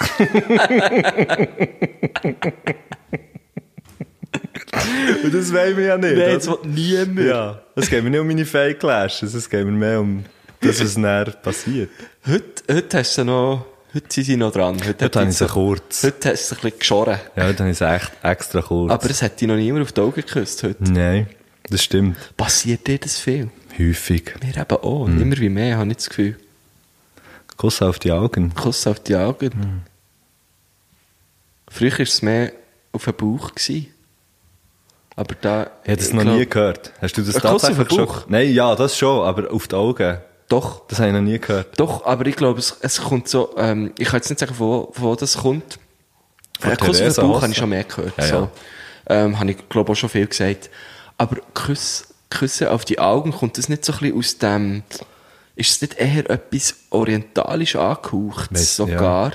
Und das wollen wir ja nicht. Nein, oder? das will niemand. Ja, es geht mir nicht um meine Fake Lashes, es geht mir mehr um das, was dann passiert. Heute, heute hast du sie noch, heute sind sie noch dran. Heute, Heute hat habe ich sie sie kurz. Heute hast du sie ein bisschen geschoren. Ja, heute habe ich sie echt extra kurz. Aber es hat dich noch niemand auf die Augen geküsst heute. Nein, das stimmt. Passiert dir das viel? Häufig. Mir eben auch. Mhm. Immer wie mehr, habe ich das Gefühl. Kuss auf die Augen. Kuss auf die Augen. Mhm. Früher war es mehr auf den Bauch. Gewesen. Aber da... Ich habe das ich noch glaub- nie gehört. Hast du das Ein Kuss auf tatsächlich den schon? Bauch? Nein, ja, das schon, aber auf die Augen. Doch. Das habe ich noch nie gehört. Doch, aber ich glaube, es, es kommt so... Ähm, ich kann jetzt nicht sagen, von wo, von wo das kommt. Von Ein Kuss auf Theresa den Bauch Hosser? habe ich schon mehr gehört. Ja, ja. So. Ähm, habe ich, glaube auch schon viel gesagt. Aber Kuss, Küsse auf die Augen, kommt das nicht so ein bisschen aus dem... Ist es nicht eher etwas orientalisch angehaucht, Weiss- sogar?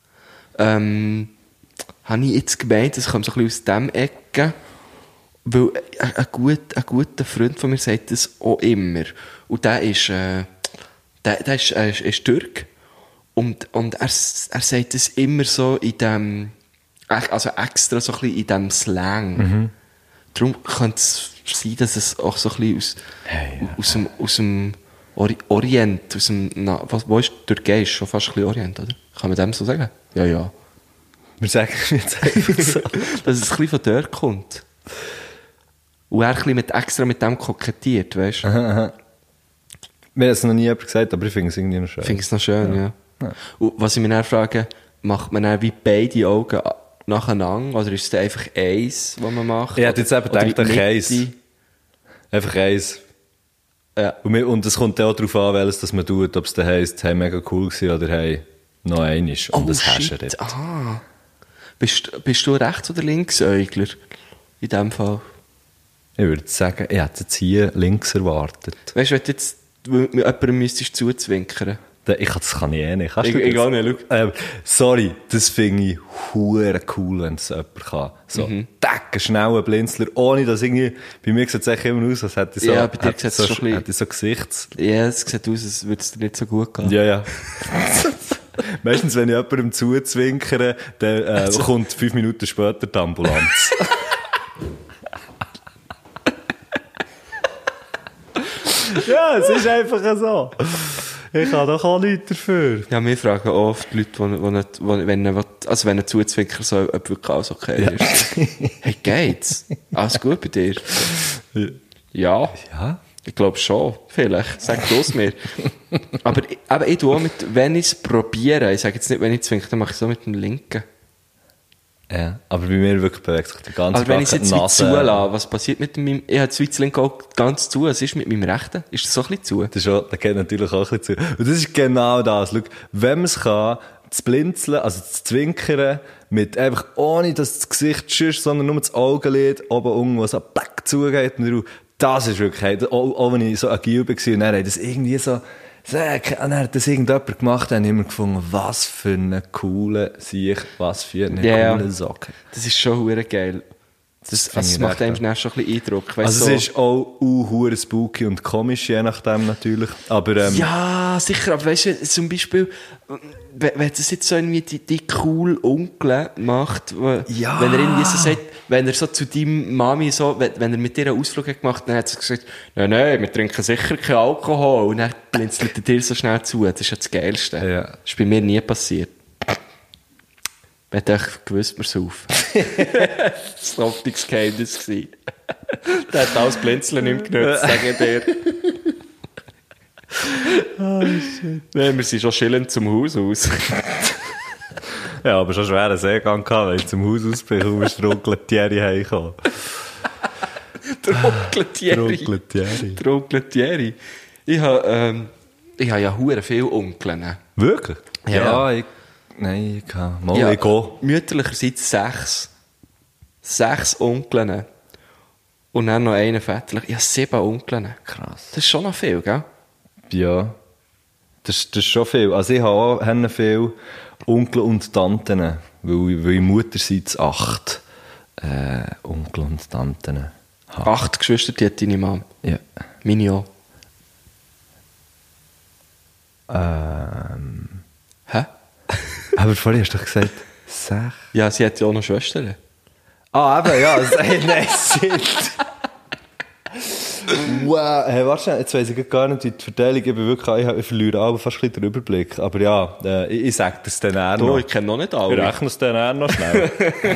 Ähm, habe ich jetzt gemeint, das kommt so ein bisschen aus dem Ecke, weil ein, ein, gut, ein guter Freund von mir sagt das auch immer. Und der ist, äh, der, der ist, äh, ist Türk. Und, und er, er sagt das immer so in dem, also extra so ein bisschen in dem Slang. Mhm. Darum könnte es sein, dass es auch so ein bisschen aus, Hey, ja. aus dem, aus dem Ori- Orient, aus dem, na, was, wo ist Türkei? Ist schon fast ein bisschen Orient, oder? Kann man dem so sagen? Ja, ja. Wir sagen jetzt einfach so. Dass es ein bisschen von dort kommt. Und er ein bisschen mit, extra mit dem kokettiert, weißt du? Mir hat es noch nie jemand gesagt, aber ich finde es irgendwie noch schön. Ich finde es noch schön, ja. ja. Und was ich mich dann frage, macht man dann wie beide Augen nacheinander? Oder ist es dann einfach eins, was man macht? Ich hätte jetzt eben Oder gedacht, in die ein Mitte? Kreis. Einfach eins. Ja. Und, wir, und es kommt auch darauf an, welches das man tut, ob es dann heisst, hey, mega cool gewesen oder hey, noch einiges. Und Oh, das hast du shit. nicht. Ah. Bist, bist du Rechts- oder Linksäugler? In dem Fall. Ich würde sagen, ich hätte jetzt hier links erwartet. Weißt du, wenn du jetzt jemandem müsstest zuzwinkern. Ich kann, das kann ich eh nicht. Kannst Ich- du das? egal nicht, Ähm, sorry, das finde ich hure cool, wenn es jemand kann. So, Mhm. tack, schnell ein Blinzler, ohne dass irgendwie, bei mir sieht es echt immer aus, als hätte ich so, Ja, bei dir hätte sieht's so, schon ein bisschen- hätte ich so Gesichts... Ja, es sieht aus, als würde es dir nicht so gut gehen. Ja, ja. Meistens, wenn ich jemandem zuzwinkere, dann äh, Also- kommt fünf Minuten später die Ambulanz. Ja, es ist einfach so. Ich kann doch auch nichts dafür. Ja, wir fragen auch oft die Leute, die, die nicht, die, wenn er, also wenn er zuzwinkert, so, ob wirklich alles okay Ja. ist. Hey, geht's? Alles gut bei dir? Ja. Ja? Ich glaube schon. Vielleicht. Sag du es mir. Aber, aber ich tue auch mit, wenn ich es probiere, ich sage jetzt nicht, wenn ich zwinke, dann mache ich es so mit dem Linken. Ja. Aber bei mir wirklich bewegt sich der ganze Aber wenn ich es jetzt wie Nase. zulasse, was passiert mit meinem, ich habe das Schweizer Linke auch ganz zu, was ist mit meinem Rechten? Ist das so ein bisschen zu? Das, ist auch, das geht natürlich auch ein bisschen zu. Und das ist genau das. Schau, wenn man es kann, zu blinzeln, also zu zwinkern, mit einfach ohne, dass das Gesicht schüsst, sondern nur das Augenlid oben irgendwo so plack zugeht und drauf. Das ist wirklich, hey, auch, auch wenn ich so agil war und dann hat das irgendwie so, so dann hat das irgendjemand gemacht, dann habe ich immer gefunden, was für eine coole Sicht, was für eine Ja, ja. coole Socke. Das ist schon hure geil. Das, finde das ich macht recht, einem ja. schnell schon ein bisschen Eindruck. Weißt, Also so, es ist auch uh, spooky und komisch, je nachdem natürlich. Aber ähm, ja, sicher, aber weißt du, zum Beispiel, wenn, wenn das jetzt so irgendwie die, die cool Onkel macht, wo, Ja. wenn er irgendwie so sagt, wenn er so zu deinem Mami so, wenn, wenn er mit dir einen Ausflug hat gemacht, dann hat sie gesagt, nein, nein, wir trinken sicher keinen Alkohol. Und dann blinzelt er dir so schnell zu. Das ist ja das Geilste. Ja. Das ist bei mir nie passiert. Ich hätte echt gewusst, wir saufen. Das war ein Geheimnis. Der hat alles Blinzeln nicht mehr genutzt, sage ich dir. Oh, shit. Nein, wir sind schon schillend zum Haus aus. ja, aber schon schweren Seegang gehabt, weil ich zum Haus aus bin, kaum ist der Onkel Thierry heimgekommen. Der Onkel Thierry. Der Onkel Thierry. Der Onkel Thierry. Ich habe, ähm, ich habe ja hure viele Onkeln. Wirklich? Ja. Ja, ich... Nein, ich kann... Mal, Ja, ich gehe. mütterlicherseits sechs. Sechs Onkeln. Und dann noch einen väterlich. Ich habe sieben Onkeln. Krass. Das ist schon noch viel, gell? Ja. Das, das ist schon viel. Also ich habe auch habe viel Onkel und Tanten, weil, ich- weil ich mutterseits acht äh, Onkel und Tanten habe. Acht Geschwister, die hat deine Mom. Ja. Meine auch. Ähm, Hä? aber vorhin hast du doch gesagt, sechs. Ja, sie hat ja auch noch Schwestern. Ah, eben, ja. Das, hey, nein, shit. Wow. Hey, warte schnell, jetzt weiss ich gar nicht, wie die Verteilung, ich bin wirklich, ich, ich verliere aber fast ein bisschen den Überblick. Aber ja, äh, ich, ich sage das dann eher Du, noch. ich kenne noch nicht Ich alle. rechne es dann eher noch schnell.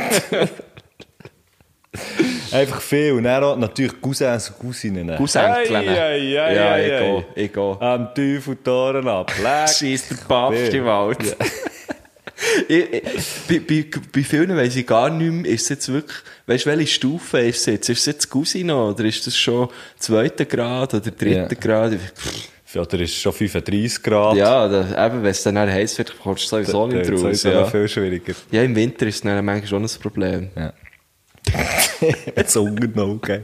Einfach viel. Und dann auch natürlich Cousins und Cousinen. Cousinkeln. Ei, ei, ei, Ja, ei, ich ei. gehe, ich gehe. Am Teufel Toren ab. Leck. Scheiss der Papst im Wald. Ich, ich, bei, bei, bei vielen weiss ich gar nicht mehr, ist es jetzt wirklich, weißt du, welche Stufe ist es jetzt? Ist es jetzt Cousine oder ist das schon zweiter Grad oder dritter Ja. Grad? Oder ist es schon fünfunddreißig Grad? Ja, da, eben, wenn es dann heiß wird, kommst du sowieso Das nicht ist raus. ja Ja. noch viel schwieriger. ja, im Winter ist es dann manchmal schon ein Problem. Ja. Jetzt ungenau, gell?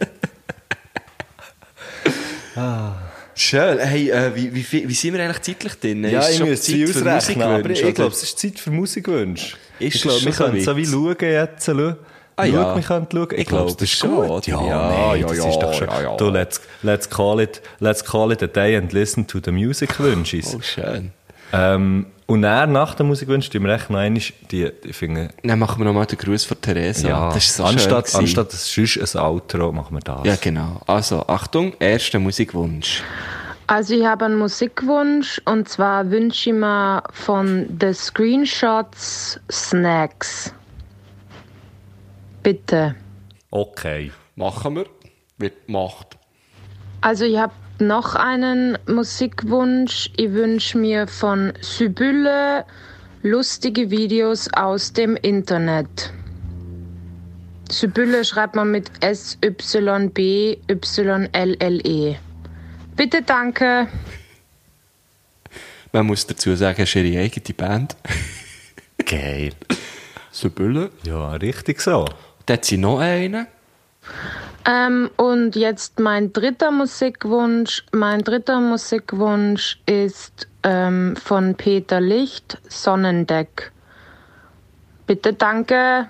Schön. Hey, äh, wie, wie, viel- wie sind wir eigentlich zeitlich drin? Ja, Ist ich schon müsste es Zeit für ausrechnen, aber Musikwünsche, ich oder? glaube, es ist Zeit für Musikwünsche. Ist Ich glaube, es wir schon können so so wie weit? schauen jetzt. Schau. Ah, Schau, ja. wir können schauen. Ich glaube, das ist schon, gut. oder? Ja, Ja, nein, ja, das ja, ist doch schon. ja, ja. Du, let's, let's, call it, let's call it a day and listen to the music wünschis. Oh, schön. Ähm, und dann, nach der Musikwünsche, tun wir echt noch einmal die, ich finde, Dann machen wir nochmal den Gruß von Theresa. ja, das ist so anstatt, schön gewesen. anstatt sonst ein Outro, machen wir das. Ja, genau. Also, Achtung, erster Musikwunsch. Also ich habe einen Musikwunsch und zwar wünsche ich mir von The Screenshots Snacks. Bitte. Okay. Machen wir. Wird gemacht. Also ich habe noch einen Musikwunsch. Ich wünsche mir von Sibylle lustige Videos aus dem Internet. Sibylle schreibt man mit S Y B Y L L E. Bitte, danke. Man muss dazu sagen, es ist ihre eigene Band. Geil. Sibylle. Ja, richtig so. Da hat sie noch einen. Ähm, und jetzt mein dritter Musikwunsch. Mein dritter Musikwunsch ist ähm, von Peter Licht, Sonnendeck. Bitte, danke.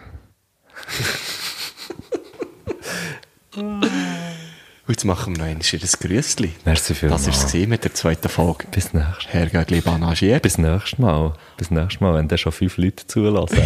Und jetzt machen wir noch einmal das Grüßli. Merci vielmals. Das war es gewesen mit der zweiten Folge. Bis nächstes Mal. Herr Gögli banagiert. Bis nächstes Mal. Bis nächstes Mal, wenn da schon fünf Leute zulassen.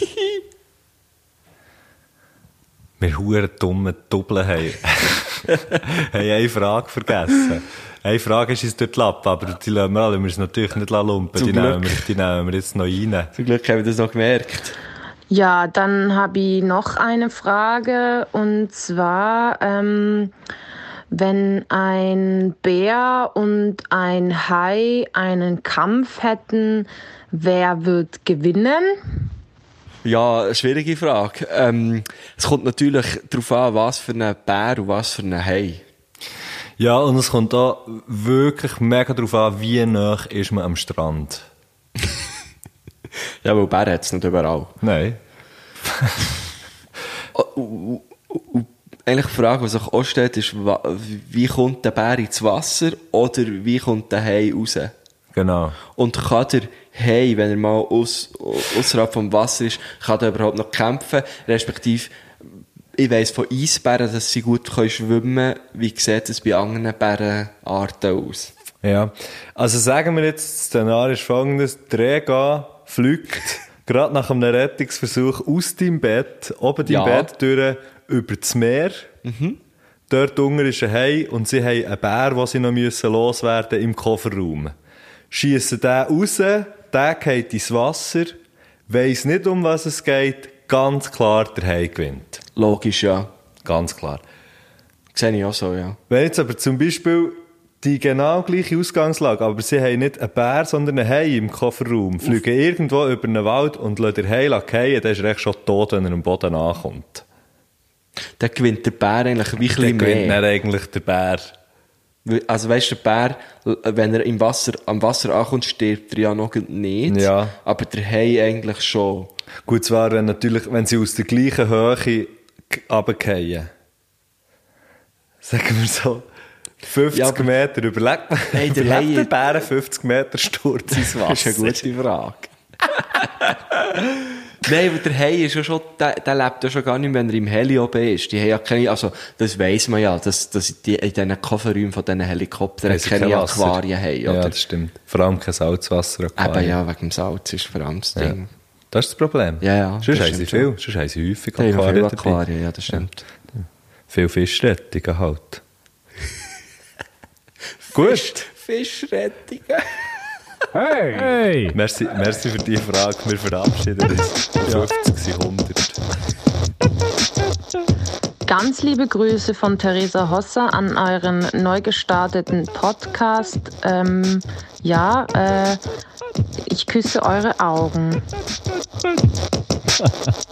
Wir huren dumme Doppeln haben. haben eine Frage vergessen. Eine Frage ist uns durch die Lappe, aber die lassen wir alle, wir müssen natürlich nicht lumpen. Zum Die Glück. nehmen, wir, die nehmen wir jetzt noch rein. Zum Glück haben wir das noch gemerkt. Ja, dann habe ich noch eine Frage und zwar, ähm, wenn ein Bär und ein Hai einen Kampf hätten, wer wird gewinnen? Ja, eine schwierige Frage. Ähm, es kommt natürlich darauf an, was für ein Bär und was für ein Hai. Ja, und es kommt auch wirklich mega darauf an, wie nah ist man am Strand. Ja, weil Bären hat es nicht überall. Nein. Eigentlich die Frage, die sich auch stellt, ist, wa- wie kommt der Bär ins Wasser oder wie kommt der Hai raus? Genau. Und kann der Hai, wenn er mal aus, außerhalb vom Wasser ist, kann er überhaupt noch kämpfen? Respektive, ich weiss von Eisbären, dass sie gut können schwimmen können. Wie sieht es bei anderen Bärenarten aus? Ja, also sagen wir jetzt, das Szenario ist folgendes. Der Rega fliegt gerade nach einem Rettungsversuch aus deinem Bett, oben dein Ja. Bett durch, über das Meer. Mhm. Dort unten ist ein Hai und sie haben einen Bär, den sie noch müssen loswerden im Kofferraum. Schiessen den raus, der geht ins Wasser, weiss nicht, um was es geht, ganz klar, der Hai gewinnt. Logisch, ja. Ganz klar. Sehe ich auch so, ja. Wenn jetzt aber zum Beispiel die genau gleiche Ausgangslage, aber sie haben nicht einen Bär, sondern einen Hai im Kofferraum, fliegen irgendwo über einen Wald und lassen den Hai fallen, dann ist er echt schon tot, wenn er am Boden ankommt. Dann gewinnt der Bär eigentlich wie ein bisschen Dann gewinnt mehr. dann eigentlich der Bär. Also weißt du, der Bär, wenn er im Wasser, am Wasser ankommt, stirbt er ja noch nicht. Ja. Aber der Hai eigentlich schon. Gut, zwar wenn natürlich, wenn sie aus der gleichen Höhe runterfallen. Sagen wir so, fünfzig Ja, aber- Meter, überlegt man, Hey, der überlebt Hai- der Bär einen fünfzig Meter Sturz ins Wasser? Das ist eine gute Frage. Nein, aber der Hai ist ja schon, der, der lebt ja schon gar nicht, wenn er im Heli oben ist. Die haben ja keine, also, das weiss man ja, dass, dass die in diesen Kofferräumen von diesen Helikoptern Haben sie keine kein Wasser? Aquarien haben, Ja, oder? das stimmt. Vor allem kein Salzwasser. Eben, ja, wegen dem Salz ist vor allem das Ja. Ding. Das ist das Problem. Ja, ja, Sonst das haben sie stimmt viel, sonst haben sie häufig Da haben wir Aquarien viele dabei. Aquarien, ja, das stimmt. Viel Fischrettungen halt. Gut. Fischrettungen. Hey! Hey! Merci, merci für die Frage. Wir verabschieden uns. fünfzig sind hundert. Ganz liebe Grüße von Theresa Hosser an euren neu gestarteten Podcast. Ähm, ja, äh, ich küsse eure Augen.